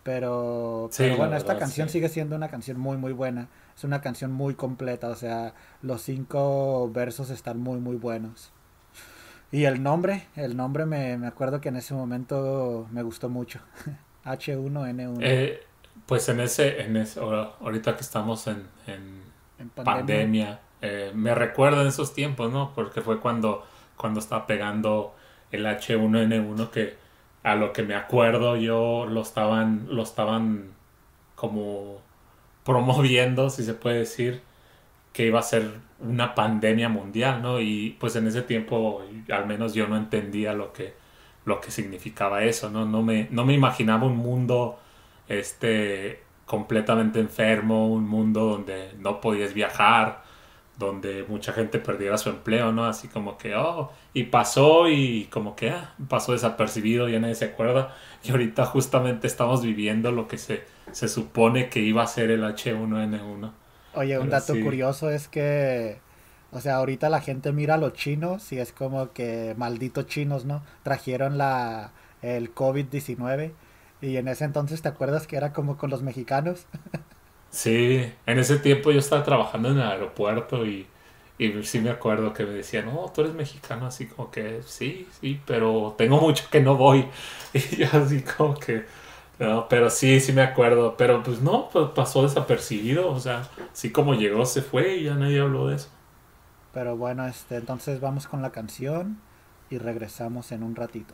Pero Sí, la bueno, esta verdad, canción sí. sigue siendo una canción muy muy buena. Es una canción muy completa, o sea, los 5 versos están muy muy buenos. Y el nombre me acuerdo que en ese momento me gustó mucho. H1N1 Eh, pues ahorita que estamos en pandemia. pandemia, me recuerda en esos tiempos, ¿no? Porque fue cuando estaba pegando el H1N1 que a lo que me acuerdo yo lo estaban como promoviendo, si se puede decir, que iba a ser una pandemia mundial, ¿no? Y pues en ese tiempo al menos yo no entendía lo que significaba eso, ¿no? No me imaginaba un mundo completamente enfermo, un mundo donde no podías viajar, donde mucha gente perdiera su empleo, ¿no? Así como que, y pasó y como que pasó desapercibido, ya nadie se acuerda. Y ahorita justamente estamos viviendo lo que se supone que iba a ser el H1N1. Oye, un Pero dato sí. curioso es que, o sea, ahorita la gente mira a los chinos y es como que malditos chinos, ¿no? Trajeron el COVID-19 y en ese entonces, ¿te acuerdas que era como con los mexicanos? Sí, en ese tiempo yo estaba trabajando en el aeropuerto y sí me acuerdo que me decían, no, tú eres mexicano, así como que sí, sí, pero tengo mucho que no voy. Y yo así como que, no, pero sí me acuerdo, pero pues no, pues pasó desapercibido, o sea, así como llegó, se fue y ya nadie habló de eso. Pero bueno, entonces vamos con la canción y regresamos en un ratito.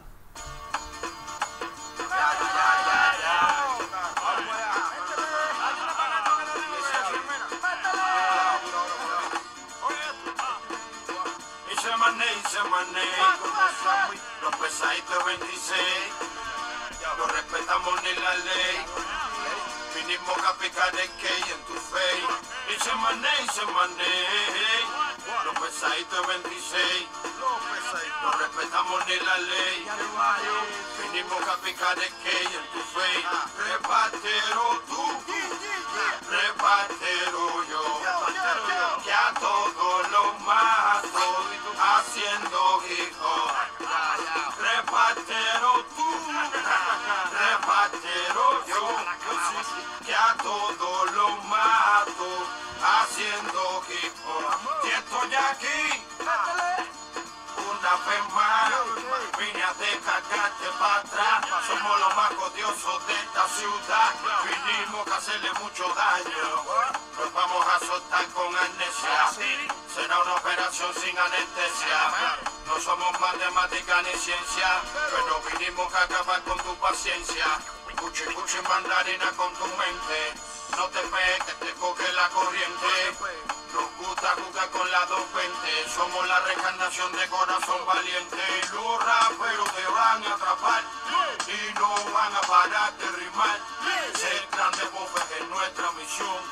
Los pesaditos 26, no respetamos ni la ley. Vinimos a picar el key en tu face. Y se mané. Los pesaditos 26, no respetamos ni la ley. Vinimos a picar el key en tu face. Repartero tú, repartero yo. Que a todos los mato haciendo hip hop. Repartero tú, repartero yo, que a todos los mato haciendo hip hop. Y estoy aquí una vez más, vine a descargarte para atrás. Somos los más odiosos de esta ciudad, vinimos a hacerle mucho daño. Nos vamos a soltar con amnesia, será una operación sin anestesia. No somos matemática ni ciencia, pero vinimos a acabar con tu paciencia. Cuchi mandarina con tu mente, no te pegues que te coge la corriente. Nos gusta jugar con la 220, somos la reencarnación de corazón valiente. Los raperos te van a atrapar y no van a parar de rimar. Ser grande bofes es nuestra misión.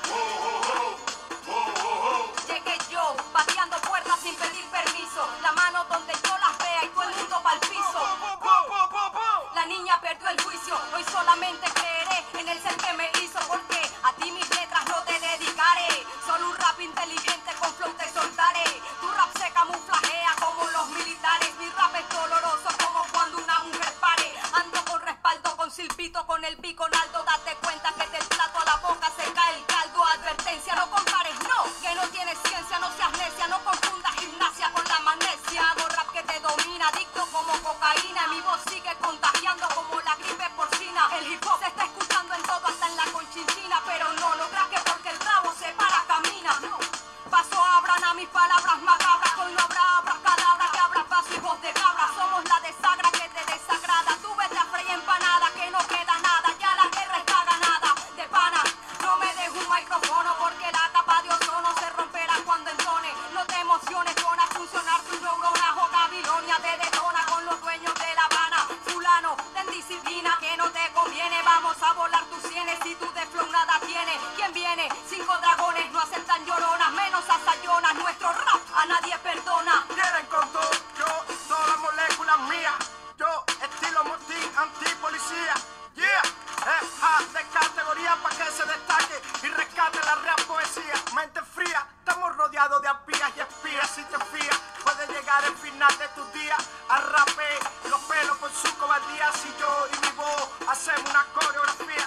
Llegué yo, pateando puertas sin pedir permiso. La mano donde yo las vea y todo el mundo pa'l piso. La niña perdió el juicio, hoy solamente creeré en el ser que me hizo. Porque a ti mis letras no te dedicaré. Solo un rap inteligente con flow te soltaré. Tu rap se camuflajea como los militares. Mi rap es doloroso como cuando una mujer pare. Ando con respaldo, con silbito, con el biconaldo. Date cuenta que del plato a la boca se cae el caldo. Advertencia, no compares, no, que no tienes ciencia, no seas necia. No confundas gimnasia con la magnesia. Hago rap que te domina, adicto como cocaína. Mi voz sigue contagiando como la gripe porcina. El hip hop se está escuchando en todo, hasta en la conchinchina. Pero no logras que porque el rabo se para, camina. Paso abran a mis palabras macabras. Hoy no habrá abracadabra que abra paso y voz de cabra. Somos la desagra que te desagrada. Tú vete a freír empanada que no queda nada. Ya la guerra está ganada. De pana, no me dejo un micrófono porque la capa de ozono se romperá cuando entone. No te emociones, pon a funcionar tus neuronas o Babilonia te detona con los dueños de La Habana. Fulano, ten disciplina que no te conviene. Vamos a volar tus sienes y tú de flow nada tienes. ¿Quién viene? 5 dragones no aceptan lloronas, menos a Sayona. Nuestro rap a nadie perdona. Quieren con todo, yo, todas las moléculas mías. Yo, estilo motín, antipolicía. Yeah, de categoría pa' que se destaque y rescate la real poesía. Mente fría, estamos rodeados de arpías y espías. Si te fías, puede llegar el final de tus días. Arrape los pelos por su cobardía. Si yo y mi voz hacemos una coreografía,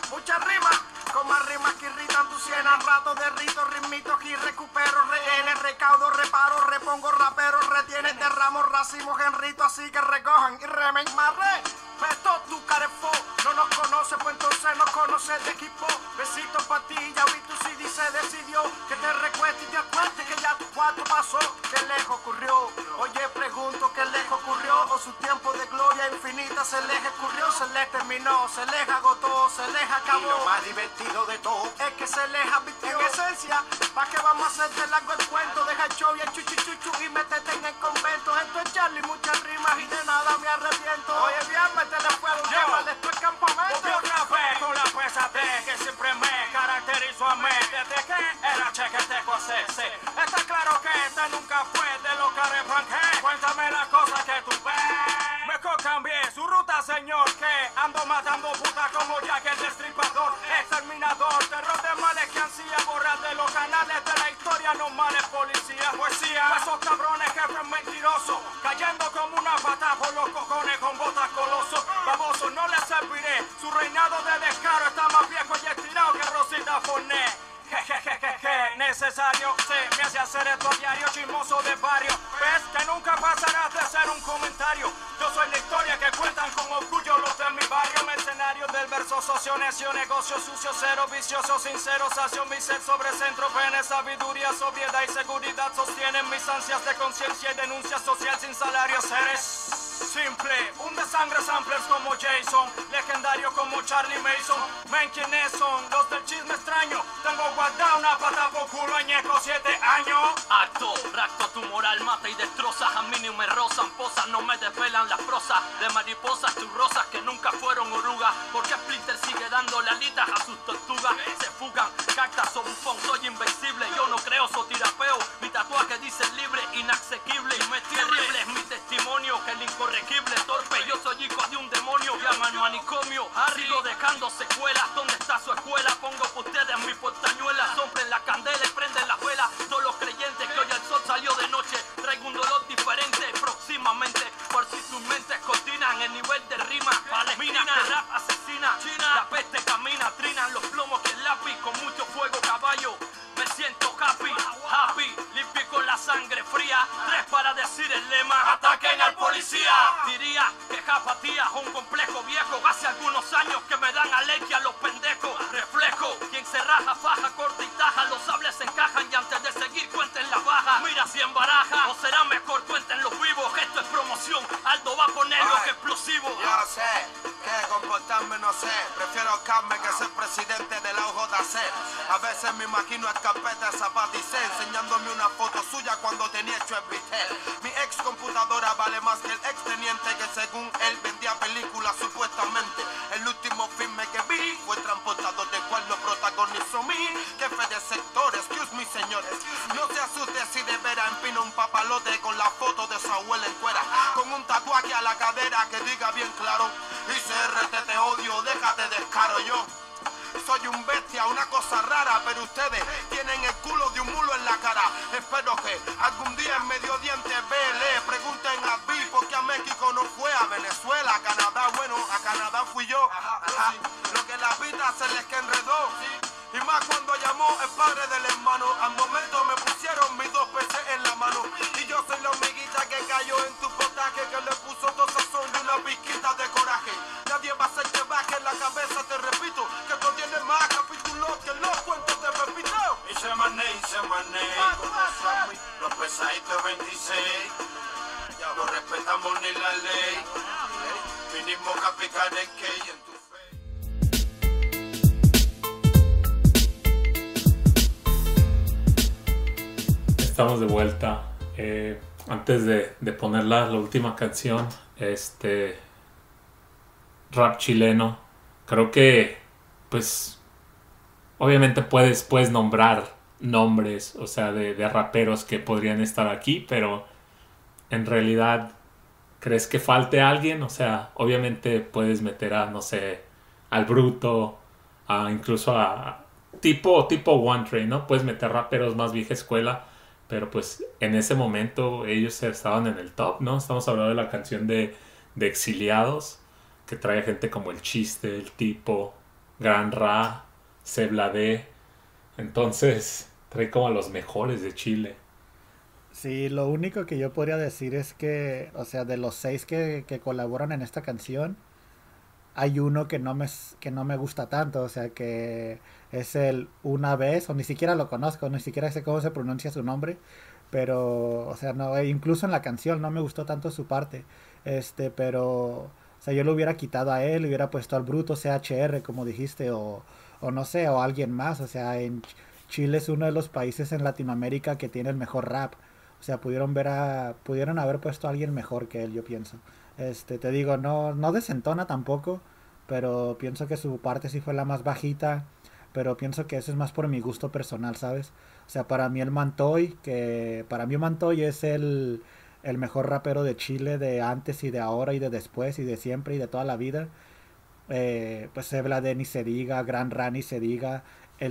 suena rato, derrito, ritmitos y recupero rehenes, recaudo, reparo, repongo, rapero, retiene, derramo, racimo, genrito, así que recojan y remen, marre. Esto tu carefo, no nos conoce, pues entonces nos conoce de equipo. Besitos pa' ti, ya vi tu CD se decidió. Que te recueste y te acuerdes que ya tu cuarto pasó. ¿Qué lejos ocurrió? Oye, pregunto, ¿qué lejos ocurrió? O su tiempo de gloria infinita se les escurrió, se les terminó, se les agotó, se les acabó. Y lo más divertido de todo es que se les advirtió. En esencia, ¿pa' qué vamos a hacerte largo el cuento? Deja el show y el chuchu y métete en el convento. Esto es Charlie, muchas rimas y de nada me arrepiento. Oye, bien, métele fuego, llévale esto el campamento. Yo grabé con la pesadez que siempre me caracterizó a mí. Desde que era chequeteco a CC. Está claro que este nunca fue de los que arrepanqué. Cuéntame las cosas que tú ves. Mejor cambié su ruta, señor, que ando matando putas como Jack el Destripador, exterminador, terror de males que ansía borrar de los canales de la historia, no males policías, poesía. Esos cabrones que fue mentiroso, cayendo como una pata por los cojones con botas colosos. Baboso, no les serviré, su reinado de descaro está más viejo y estirado que Rosita Forné. Jejejeje, necesario, se me hace hacer esto a diario, chismoso de barrio. Ves que nunca pasarás de ser un comentario. Yo soy la historia que cuentan con orgullo los de mi barrio. Mercenarios del verso, socio, necio, negocio sucio, cero, vicioso, sincero, sacio, mi sed sobre centro, pene, sabiduría, sobriedad y seguridad sostienen mis ansias de conciencia y denuncia social sin salario. Seres simple, un de sangre samplers como Jason, legendario como Charlie Mason. Men, ¿quiénes son? Los del chisme extraño. Tengo guardado una pata por culo añejo 7 años. Acto, racto, tu moral mata y destrozas. A mí ni me rozan, posas, no me desvelan las prosas de mariposas, tus rosas que nunca fueron orugas. Porque Splinter sigue dando alitas a sus tortugas. Se fugan, cactas o bufón, soy invencible. Yo no creo, soy tirapeo. Mi tatuaje dice libre, inaccesible. Y me terrible es mi testimonio, que el incorregible torpe. Yo soy hijo de un demonio, llaman manicomio. Sigo dejando secuelas, ¿dónde está su escuela? Pongo por ustedes mi portañuela, soplen la candela y prenden la vela. Todos los creyentes que hoy el sol salió de noche, traigo un dolor diferente próximamente. Por si sus mentes coordinan el nivel de rima. Palestina, de rap asesina, China, la peste camina, trinan los plomos que el lápiz con mucho fuego caballo. Me siento happy, happy, limpio con la sangre fría. 3 para decir el lema, ataquen al policía. Diría que Japatía es un complejo viejo. Hace algunos años que me dan alergia a los pendejos. Reflejo, quien se raja, faja, corta y taja. Los sables se encajan y antes de seguir cuenten las bajas. Mira si embaraja, o será mejor cuenten los vivos. Esto es promoción, Aldo va a poner lo que explosivo. Yo sé que comportarme no sé. Prefiero calme que ser presidente de la UJC. A veces me imagino el carpeta de Zapaticé enseñándome una foto suya cuando tenía hecho el Vitel. Mi ex computadora vale más que el ex teniente que según él vendía películas supuestamente. El último filme que vi fue Transportador, del cual lo protagonizó mi jefe de sector. Excuse me, señores. No se asuste si de veras empino un papalote con la foto de su abuela en cuera, con un tatuaje a la cadera que diga bien claro: ICRT te odio, déjate descaro. Yo soy un bestia, una cosa rara, pero ustedes tienen el culo de un mulo en la cara. Espero que algún día en Medio Oriente le pregunten a Bill por qué a México no fue, a Venezuela, a Canadá. Bueno, a Canadá fui yo. Ajá. Lo que la vida se les que enredó. Y más cuando llamó el padre del hermano. Al momento me pusieron mis 2 peces en la mano. Y yo soy la hormiguita que cayó en tu potaje, que le puso todo sazón y una pizquita de coraje. Nadie va a hacer que baje la cabeza, te repito, que esto tiene más capítulos que los cuentos de Pepito. Y se mané, como Sammy, los pesaditos 26. No respetamos ni la ley. Vinimos a picar el que en tu Estamos de vuelta. Antes de poner la última canción, rap chileno, creo que pues obviamente puedes nombrar nombres, o sea, de raperos que podrían estar aquí, pero en realidad, ¿crees que falte alguien? O sea, obviamente puedes meter a, no sé, al Bruto, incluso a tipo One Train, ¿no? Puedes meter raperos más vieja escuela, pero pues en ese momento ellos estaban en el top, ¿no? Estamos hablando de la canción de Exiliados, que trae gente como El Chiste, El Tipo, Gran Ra, Sebladé, Entonces, trae como a los mejores de Chile. Sí, lo único que yo podría decir es que, o sea, de los 6 que colaboran en esta canción, hay uno que no me gusta tanto, o sea, que es el Una Vez, o ni siquiera lo conozco, ni siquiera sé cómo se pronuncia su nombre, pero, o sea, no, incluso en la canción no me gustó tanto su parte, pero, o sea, yo lo hubiera quitado a él, hubiera puesto al Bruto CHR, como dijiste, o no sé, o alguien más, o sea, Chile es uno de los países en Latinoamérica que tiene el mejor rap, o sea, pudieron haber puesto a alguien mejor que él, yo pienso. Te digo, no desentona tampoco, pero pienso que su parte sí fue la más bajita, pero pienso que eso es más por mi gusto personal, ¿sabes? O sea, para mí Mantoy es el mejor rapero de Chile de antes y de ahora y de después y de siempre y de toda la vida. Pues se habla de Ni se diga, Gran Rani se diga,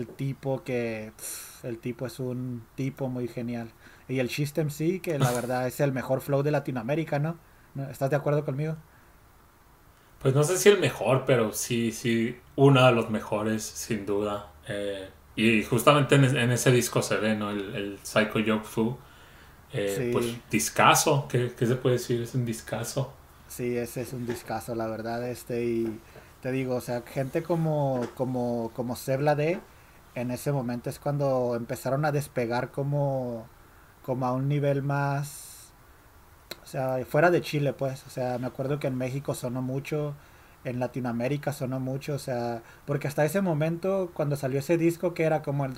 el tipo es un tipo muy genial. Y el System sí, que la verdad es el mejor flow de Latinoamérica, ¿no? ¿Estás de acuerdo conmigo? Pues no sé si el mejor, pero sí, uno de los mejores, sin duda. Y justamente en ese disco se ve, ¿no? El Psycho Joke Fu. Sí. Pues discazo, ¿qué se puede decir? Es un discazo. Sí, ese es un discazo, la verdad, y te digo, o sea, gente como Sebla D, en ese momento es cuando empezaron a despegar como a un nivel más, o sea, fuera de Chile, pues, o sea, me acuerdo que en México sonó mucho, en Latinoamérica sonó mucho, o sea, porque hasta ese momento, cuando salió ese disco, que era como el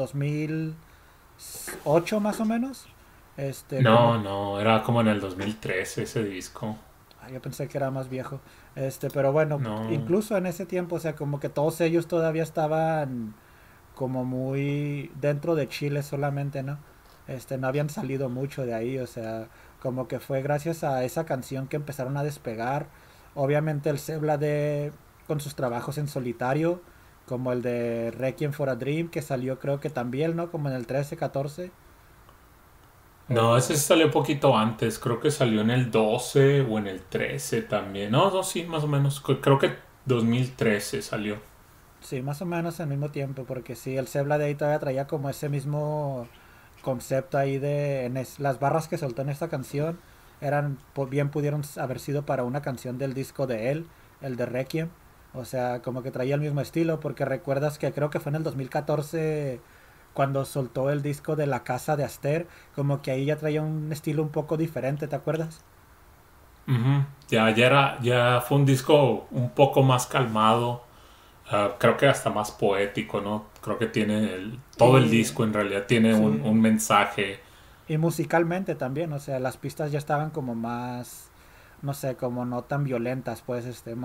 2008 más o menos, No, era como en el 2013 ese disco. yo pensé que era más viejo. Pero bueno, No. incluso en ese tiempo, o sea, como que todos ellos todavía estaban como muy dentro de Chile solamente, ¿no? No habían salido mucho de ahí, o sea, como que fue gracias a esa canción que empezaron a despegar. Obviamente el Sebla de con sus trabajos en solitario, como el de Requiem for a Dream, que salió creo que también, ¿no? Como en el 13, 14. No, ese salió un poquito antes, creo que salió en el 12 o en el 13 también. No, sí, más o menos. Creo que 2013 salió. Sí, más o menos al mismo tiempo, porque sí, el Sebla de ahí todavía traía como ese mismo concepto ahí las barras que soltó en esta canción bien pudieron haber sido para una canción del disco de él, el de Requiem. O sea, como que traía el mismo estilo, porque recuerdas que creo que fue en el 2014 cuando soltó el disco de La Casa de Aster, como que ahí ya traía un estilo un poco diferente, ¿te acuerdas? Ujú. Ya fue un disco un poco más calmado. Creo que hasta más poético, ¿no? Creo que tiene todo el Y disco en realidad tiene sí, un mensaje. y musicalmente también, o sea, las pistas ya estaban como más, no sé, como no tan violentas, pues,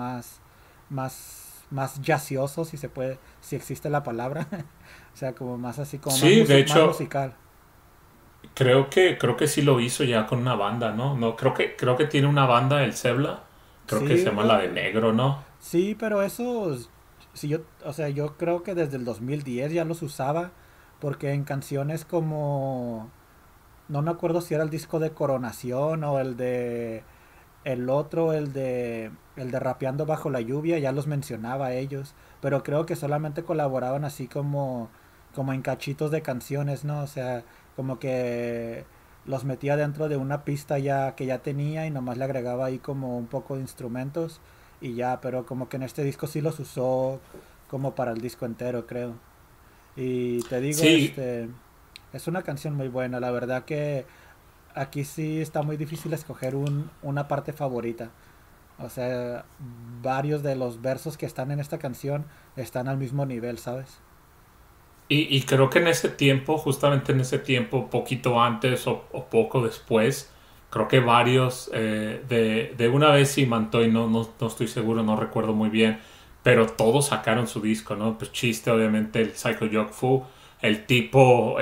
más jazzioso, si se puede, si existe la palabra. O sea, como más así, como Sí, de más hecho, musical. creo que sí lo hizo ya con una banda, ¿no? No, creo que tiene una banda, el Zebla. Creo que se Sí, llama La de Negro, ¿no? sí, pero eso, si yo, o sea, yo creo que desde el 2010 ya los usaba, porque en canciones como, no me acuerdo si era el disco de Coronación o el otro, el de Rapeando Bajo la Lluvia, ya los mencionaba a ellos, pero creo que solamente colaboraban así como en cachitos de canciones, ¿no? O sea, como que los metía dentro de una pista ya que ya tenía y nomás le agregaba ahí como un poco de instrumentos y ya, pero como que en este disco sí los usó como para el disco entero, creo. Y te digo, Sí, es una canción muy buena, la verdad que aquí sí está muy difícil escoger una parte favorita. O sea, varios de los versos que están en esta canción están al mismo nivel, ¿sabes? y creo que en ese tiempo, justamente en ese tiempo, poquito antes o poco después, creo que varios de una vez y Mantoy, no estoy seguro, no recuerdo muy bien, pero todos sacaron su disco, ¿no? Pues Chiste, obviamente, el Psycho Joke Fu, el tipo,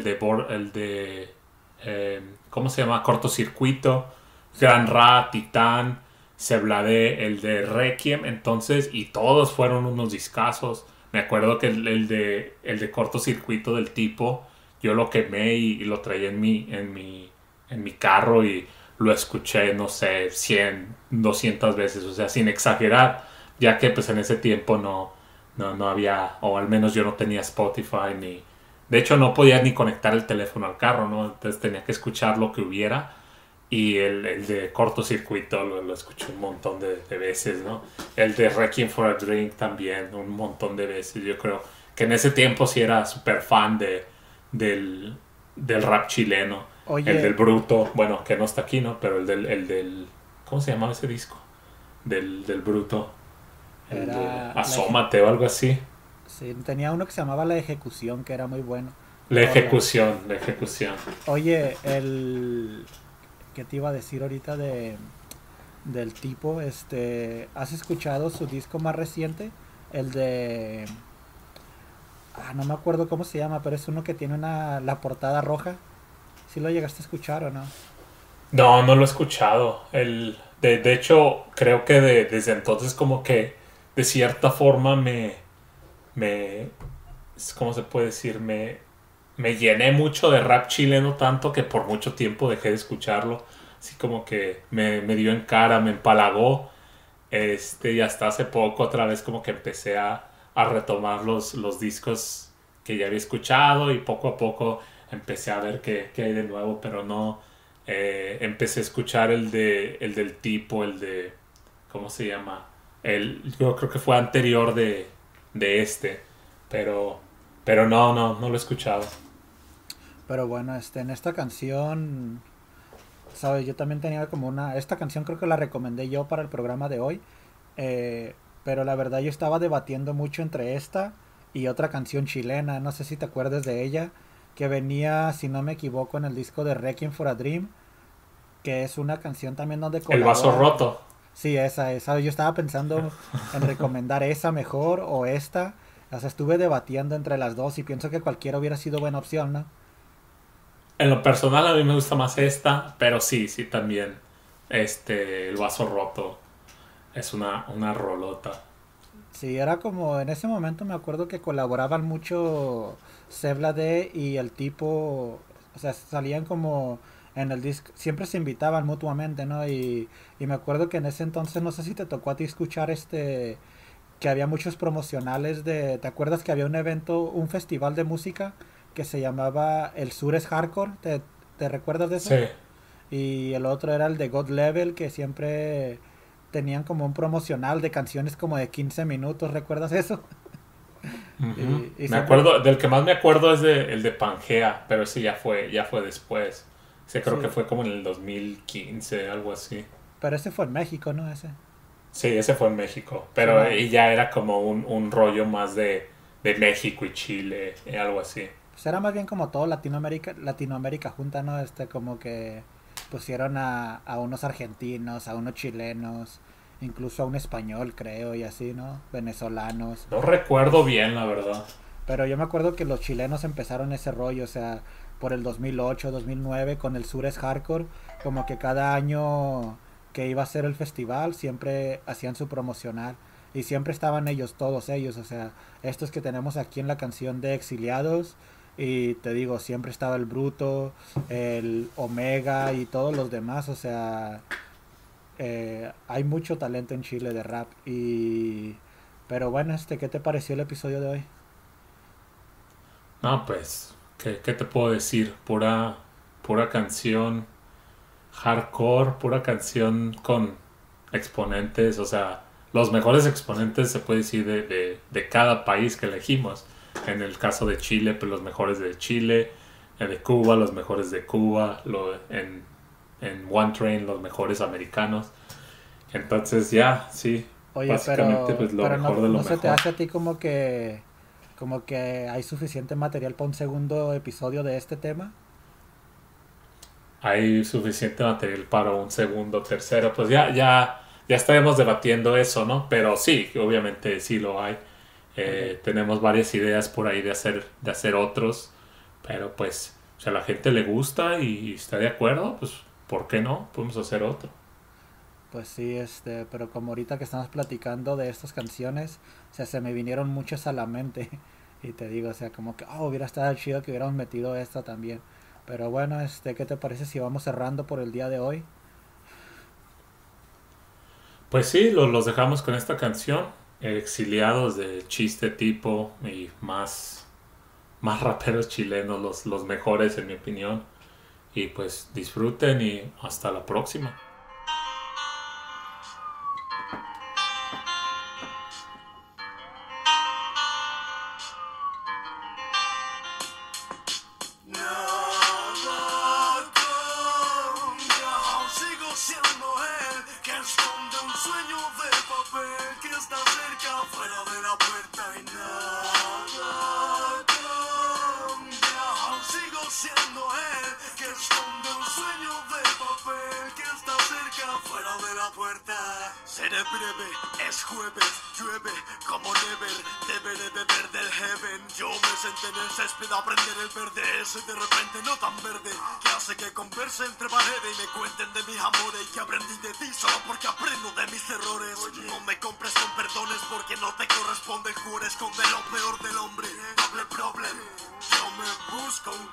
¿cómo se llama? Cortocircuito, Gran Ra, Titán, Seblade, el de Requiem, entonces, y todos fueron unos discazos. Me acuerdo que el de cortocircuito del tipo, yo lo quemé y lo traía en mi carro y lo escuché, no sé, 100 200 veces, o sea, sin exagerar, ya que pues en ese tiempo no había, o al menos yo no tenía Spotify De hecho, no podía ni conectar el teléfono al carro, ¿no? Entonces tenía que escuchar lo que hubiera. Y el de cortocircuito lo escuché un montón de veces, ¿no? El de Requiem for a Dream también, un montón de veces. Yo creo que en ese tiempo sí era súper fan del rap chileno. Oye. El del Bruto, bueno, que no está aquí, ¿no? Pero el del ¿cómo se llamaba ese disco? Del Bruto. El de Asómate o algo así. Sí, tenía uno que se llamaba La Ejecución, que era muy bueno. La ejecución. Oye, ¿qué te iba a decir ahorita del tipo? ¿Has escuchado su disco más reciente? El de... no me acuerdo cómo se llama, pero es uno que tiene la portada roja. ¿Sí lo llegaste a escuchar o no? No lo he escuchado. De hecho, creo que desde entonces como que de cierta forma ¿cómo se puede decir? Me llené mucho de rap chileno, tanto que por mucho tiempo dejé de escucharlo. Así como que me dio en cara, me empalagó. Y hasta hace poco otra vez como que empecé a retomar los discos que ya había escuchado, y poco a poco empecé a ver qué hay de nuevo, pero no... empecé a escuchar el del tipo, el de... ¿Cómo se llama? Yo creo que fue anterior de pero no lo he escuchado. Pero bueno, en esta canción, ¿sabes? Yo también tenía como esta canción creo que la recomendé yo para el programa de hoy, pero la verdad yo estaba debatiendo mucho entre esta y otra canción chilena, no sé si te acuerdas de ella, que venía, si no me equivoco, en el disco de Requiem for a Dream, que es una canción también donde El vaso roto. Sí, esa. Yo estaba pensando en recomendar esa mejor o esta. O sea, estuve debatiendo entre las dos y pienso que cualquiera hubiera sido buena opción, ¿no? En lo personal a mí me gusta más esta, pero sí también. El vaso roto es una rolota. Sí, era como en ese momento me acuerdo que colaboraban mucho Sebla D y el tipo, o sea, salían como en el disco, siempre se invitaban mutuamente, ¿no? Y me acuerdo que en ese entonces, no sé si te tocó a ti escuchar que había muchos promocionales ¿te acuerdas que había un evento, un festival de música que se llamaba El Sur es Hardcore? ¿Te recuerdas de eso? Sí. Y el otro era el de God Level, que siempre tenían como un promocional de canciones como de 15 minutos, ¿recuerdas eso? Uh-huh. Me acuerdo, del que más me acuerdo es el de Pangea, pero ese ya fue después. Ese creo que fue como en el 2015, algo así. Pero ese fue en México, ¿no? Sí, ese fue en México, pero y ya era como un rollo más de México y Chile, algo así. Pues era más bien como todo Latinoamérica junta, ¿no? Como que pusieron a unos argentinos, a unos chilenos, incluso a un español, creo, y así, ¿no? Venezolanos. No recuerdo bien, la verdad. Pero yo me acuerdo que los chilenos empezaron ese rollo, o sea, por el 2008, 2009, con el Sur es Hardcore, como que cada año que iba a ser el festival, siempre hacían su promocional. Y siempre estaban todos ellos, o sea, estos que tenemos aquí en la canción de Exiliados. Y te digo, siempre estaba el Bruto, el Omega y todos los demás, o sea, hay mucho talento en Chile de rap. Pero bueno, ¿qué te pareció el episodio de hoy? No, pues, ¿qué te puedo decir? Pura canción hardcore, pura canción con exponentes, o sea, los mejores exponentes, se puede decir, de cada país que elegimos. En el caso de Chile, pues los mejores de Chile, de Cuba, los mejores de Cuba, en One Train, los mejores americanos. Entonces ya, sí, oye, básicamente pues lo mejor de lo ¿no mejor. se te hace a ti como que hay suficiente material para un segundo episodio de este tema? Hay suficiente material para un segundo, tercero, pues ya estaremos debatiendo eso, ¿no? Pero sí, obviamente sí lo hay. Tenemos varias ideas por ahí de hacer otros, pero pues si a la gente le gusta y está de acuerdo, pues ¿por qué no? Podemos hacer otro. Pues sí, pero como ahorita que estamos platicando de estas canciones, o sea, se me vinieron muchas a la mente. Y te digo, o sea, como que, hubiera estado chido que hubiéramos metido esta también. Pero bueno, ¿qué te parece si vamos cerrando por el día de hoy? Pues sí, los dejamos con esta canción, Exiliados, de Chiste Tipo y más más raperos chilenos, los mejores en mi opinión. Y pues disfruten y hasta la próxima. Seré breve, es jueves, llueve como never. Deberé beber del heaven. Yo me senté en el césped a aprender el verde. Ese de repente no tan verde, que hace que converse entre paredes y me cuenten de mis amores. Y que aprendí de ti solo porque aprendo de mis errores. No me compres con perdones porque no te corresponde. El cura esconde lo peor del hombre. Doble problem. Yo me busco un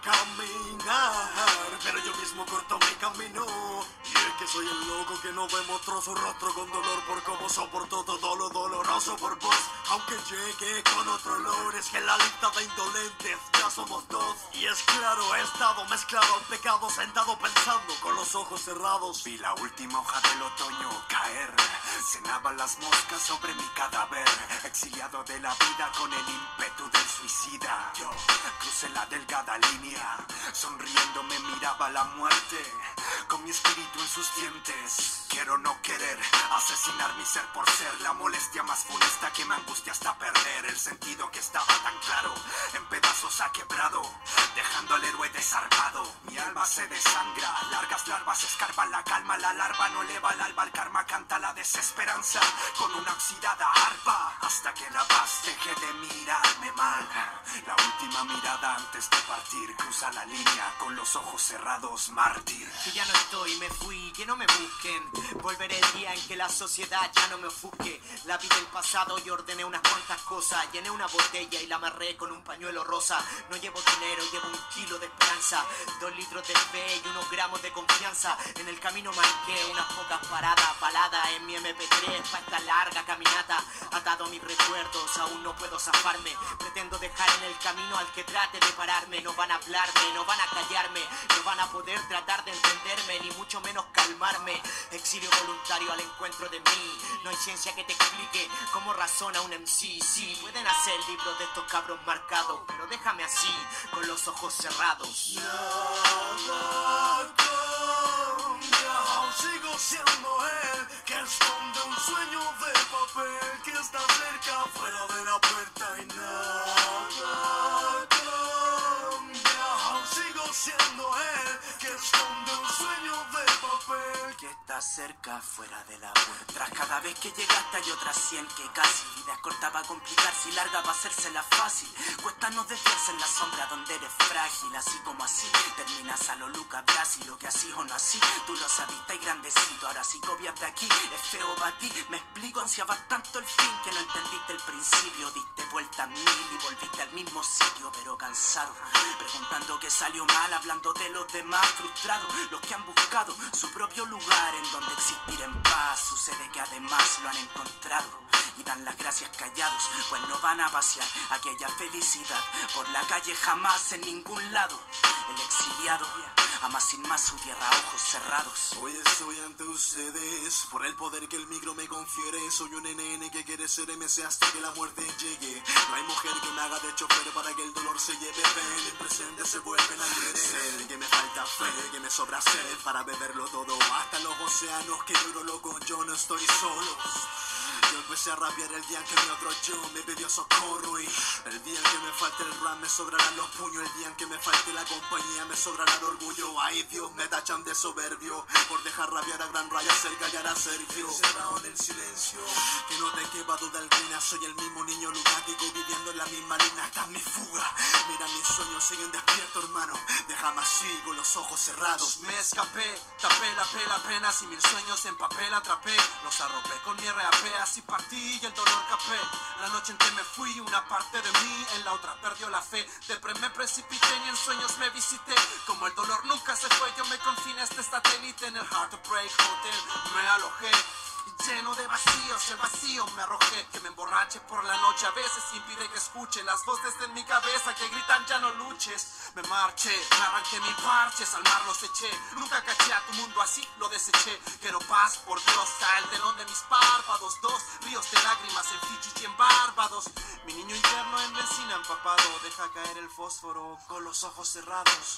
caminar, pero yo mismo corto mi camino. Y es que soy el loco que no demostró su rostro con dolor por cómo soportó todo lo doloroso por vos. Aunque llegue con otro olor, es que en la lista de indolentes ya somos dos. Y es claro, he estado mezclado al pecado, sentado pensando con los ojos cerrados. Vi la última hoja del otoño caer, cenaban las moscas sobre mi cadáver. Exiliado de la vida con el ímpetu del suicida. Yo crucé la delgada línea, sonriendo me miraba la muerte, con mi espíritu en sus dientes. Quiero no querer, asesinar mi ser por ser la molestia más funesta que me angustia hasta perder el sentido que estaba tan claro. En pedazos ha quebrado, dejando al héroe desarmado. Mi alma se desangra, largas larvas escarban la calma. La larva no eleva al alba, el karma canta la desesperanza con una oxidada arpa, hasta que la paz deje de mirarme mal. La última mirada antes de partir, cruza la línea con los ojos cerrados, mártir. Que ya no estoy, me fui, que no me busquen. Volveré el día en que la sociedad ya no me ofusque. La vi del pasado y ordené unas cuantas cosas. Llené una botella y la amarré con un pañuelo rosa. No llevo dinero, llevo 1 kilo de esperanza, 2 litros de fe y unos gramos de confianza. En el camino marqué unas pocas paradas, baladas en mi MP3 para esta larga caminata. Atado a mis recuerdos, aún no puedo zafarme. Pretendo dejar en el camino al que trate de pararme. No van a hablarme, no van a callarme, no van a poder tratar de entenderme, ni mucho menos calmarme. Exilio voluntario al encuentro de mí. No hay ciencia que te explique cómo razona un MC. Sí, pueden hacer libros de estos cabros marcados, pero déjame así, con los ojos cerrados. Nada cambia, aún sigo siendo él, que esconde un sueño de papel, que está cerca fuera de la puerta. Y nada cambia, aún sigo siendo él, que esconde un sueño de papel, Que está cerca fuera de la puerta. Tras cada vez que llegaste hay otras 100 que casi. Vida corta va a complicarse y larga va a hacérsela fácil. Cuesta no desviarse en la sombra donde eres frágil. Así como así terminas a lo Luca Brasi. Lo que así o no así, tú lo sabiste y grandecito. Ahora sí copias de aquí, es feo para ti. Me explico, ansiabas tanto el fin que no entendiste el principio. Diste vuelta a 1000 y volviste al mismo sitio, pero cansado, preguntando qué salió mal, hablando de los demás frustrados, los que han buscado su propio lugar en donde existir en paz. Sucede que además lo han encontrado y dan las gracias callados, pues no van a pasear aquella felicidad por la calle jamás en ningún lado. El exiliado ama sin más su tierra a ojos cerrados. Hoy estoy ante ustedes por el poder que el micro me confiere. Soy un NN que quiere ser MC hasta que la muerte llegue. No hay mujer que me haga de chofer para que el dolor se lleve. Ven, el presente se vuelve en ayer. Sé que me falta fe, que me sobra sed para beberlo todo. Hasta los océanos que lloro loco, yo no estoy solo. Yo empecé a rapear el día en que mi otro yo me pidió socorro. Y el día en que me falte el rap me sobrarán los puños. El día en que me falte la compañía me sobrará el orgullo. Ay Dios, me tachan de soberbio por dejar rapear a Gran Raya, hacer callar a Sergio. Cerrado en el silencio, que no te quepa duda alguna. Soy el mismo niño lunático viviendo en la misma línea. Esta es mi fuga, mira mis sueños siguen despiertos, hermano. Déjame así con los ojos cerrados. Me escapé, tapé la pena y 1000 sueños en papel atrapé. Los arropé con mi RAP, así partí y el dolor capé. La noche en que me fui, una parte de mí, en la otra perdió la fe. Me precipité y en sueños me visité. Como el dolor nunca se fue, yo me confiné a este satélite en el Heart to Break Hotel. Me alojé. lleno de vacíos, el vacío me arrojé. Que me emborrache por la noche, a veces impide que escuche las voces en mi cabeza que gritan ya no luches. Me marché, me arranqué mis parches, al mar los eché. Nunca caché a tu mundo así, lo deseché. Quiero paz, por Dios, cae el telón de mis párpados. 2 ríos de lágrimas en Fiji y en Barbados. Mi niño interno en benzina empapado, deja caer el fósforo con los ojos cerrados.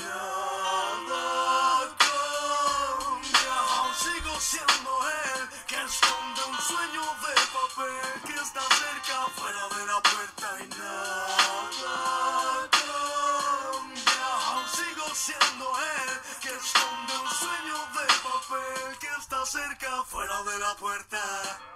Nada cambia, aún sigo siendo él que esconde un sueño de papel que está cerca fuera de la puerta y nada cambia, aún sigo siendo él que esconde un sueño de papel que está cerca fuera de la puerta.